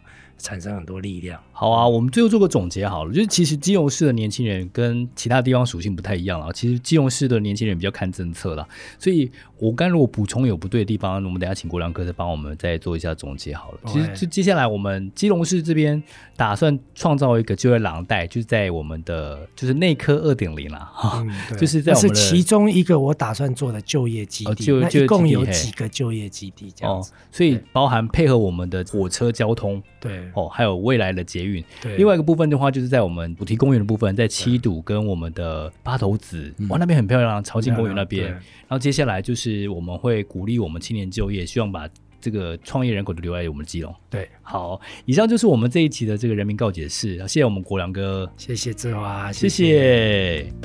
产生很多力量。 好啊，我们最后做个总结好了，就是其实基隆市的年轻人跟其他地方属性不太一样了，其实基隆市的年轻人比较看政策啦，所以我刚如果补充有不对的地方，我们等一下请国良哥再帮我们再做一下总结好了。其实接下来我们基隆市这边打算创造一个就业廊带，就是在我们的就是内科 二点零 啦、嗯、就是在我们的是其中一个我打算做的就业基地、哦、就那一共有几个就业基地这样子、哦、 所以包含配合我们的火车交通， 对哦，还有未来的捷运。另外一个部分的话，就是在我们主题公园的部分，在七堵跟我们的八头子，哇，那边很漂亮，潮境公园那边。然后接下来就是我们会鼓励我们青年就业，希望把这个创业人口都留在我们基隆。 对， 好，以上就是我们这一期的这个人民告解室，谢谢我们国良哥， 谢谢志华， 谢谢。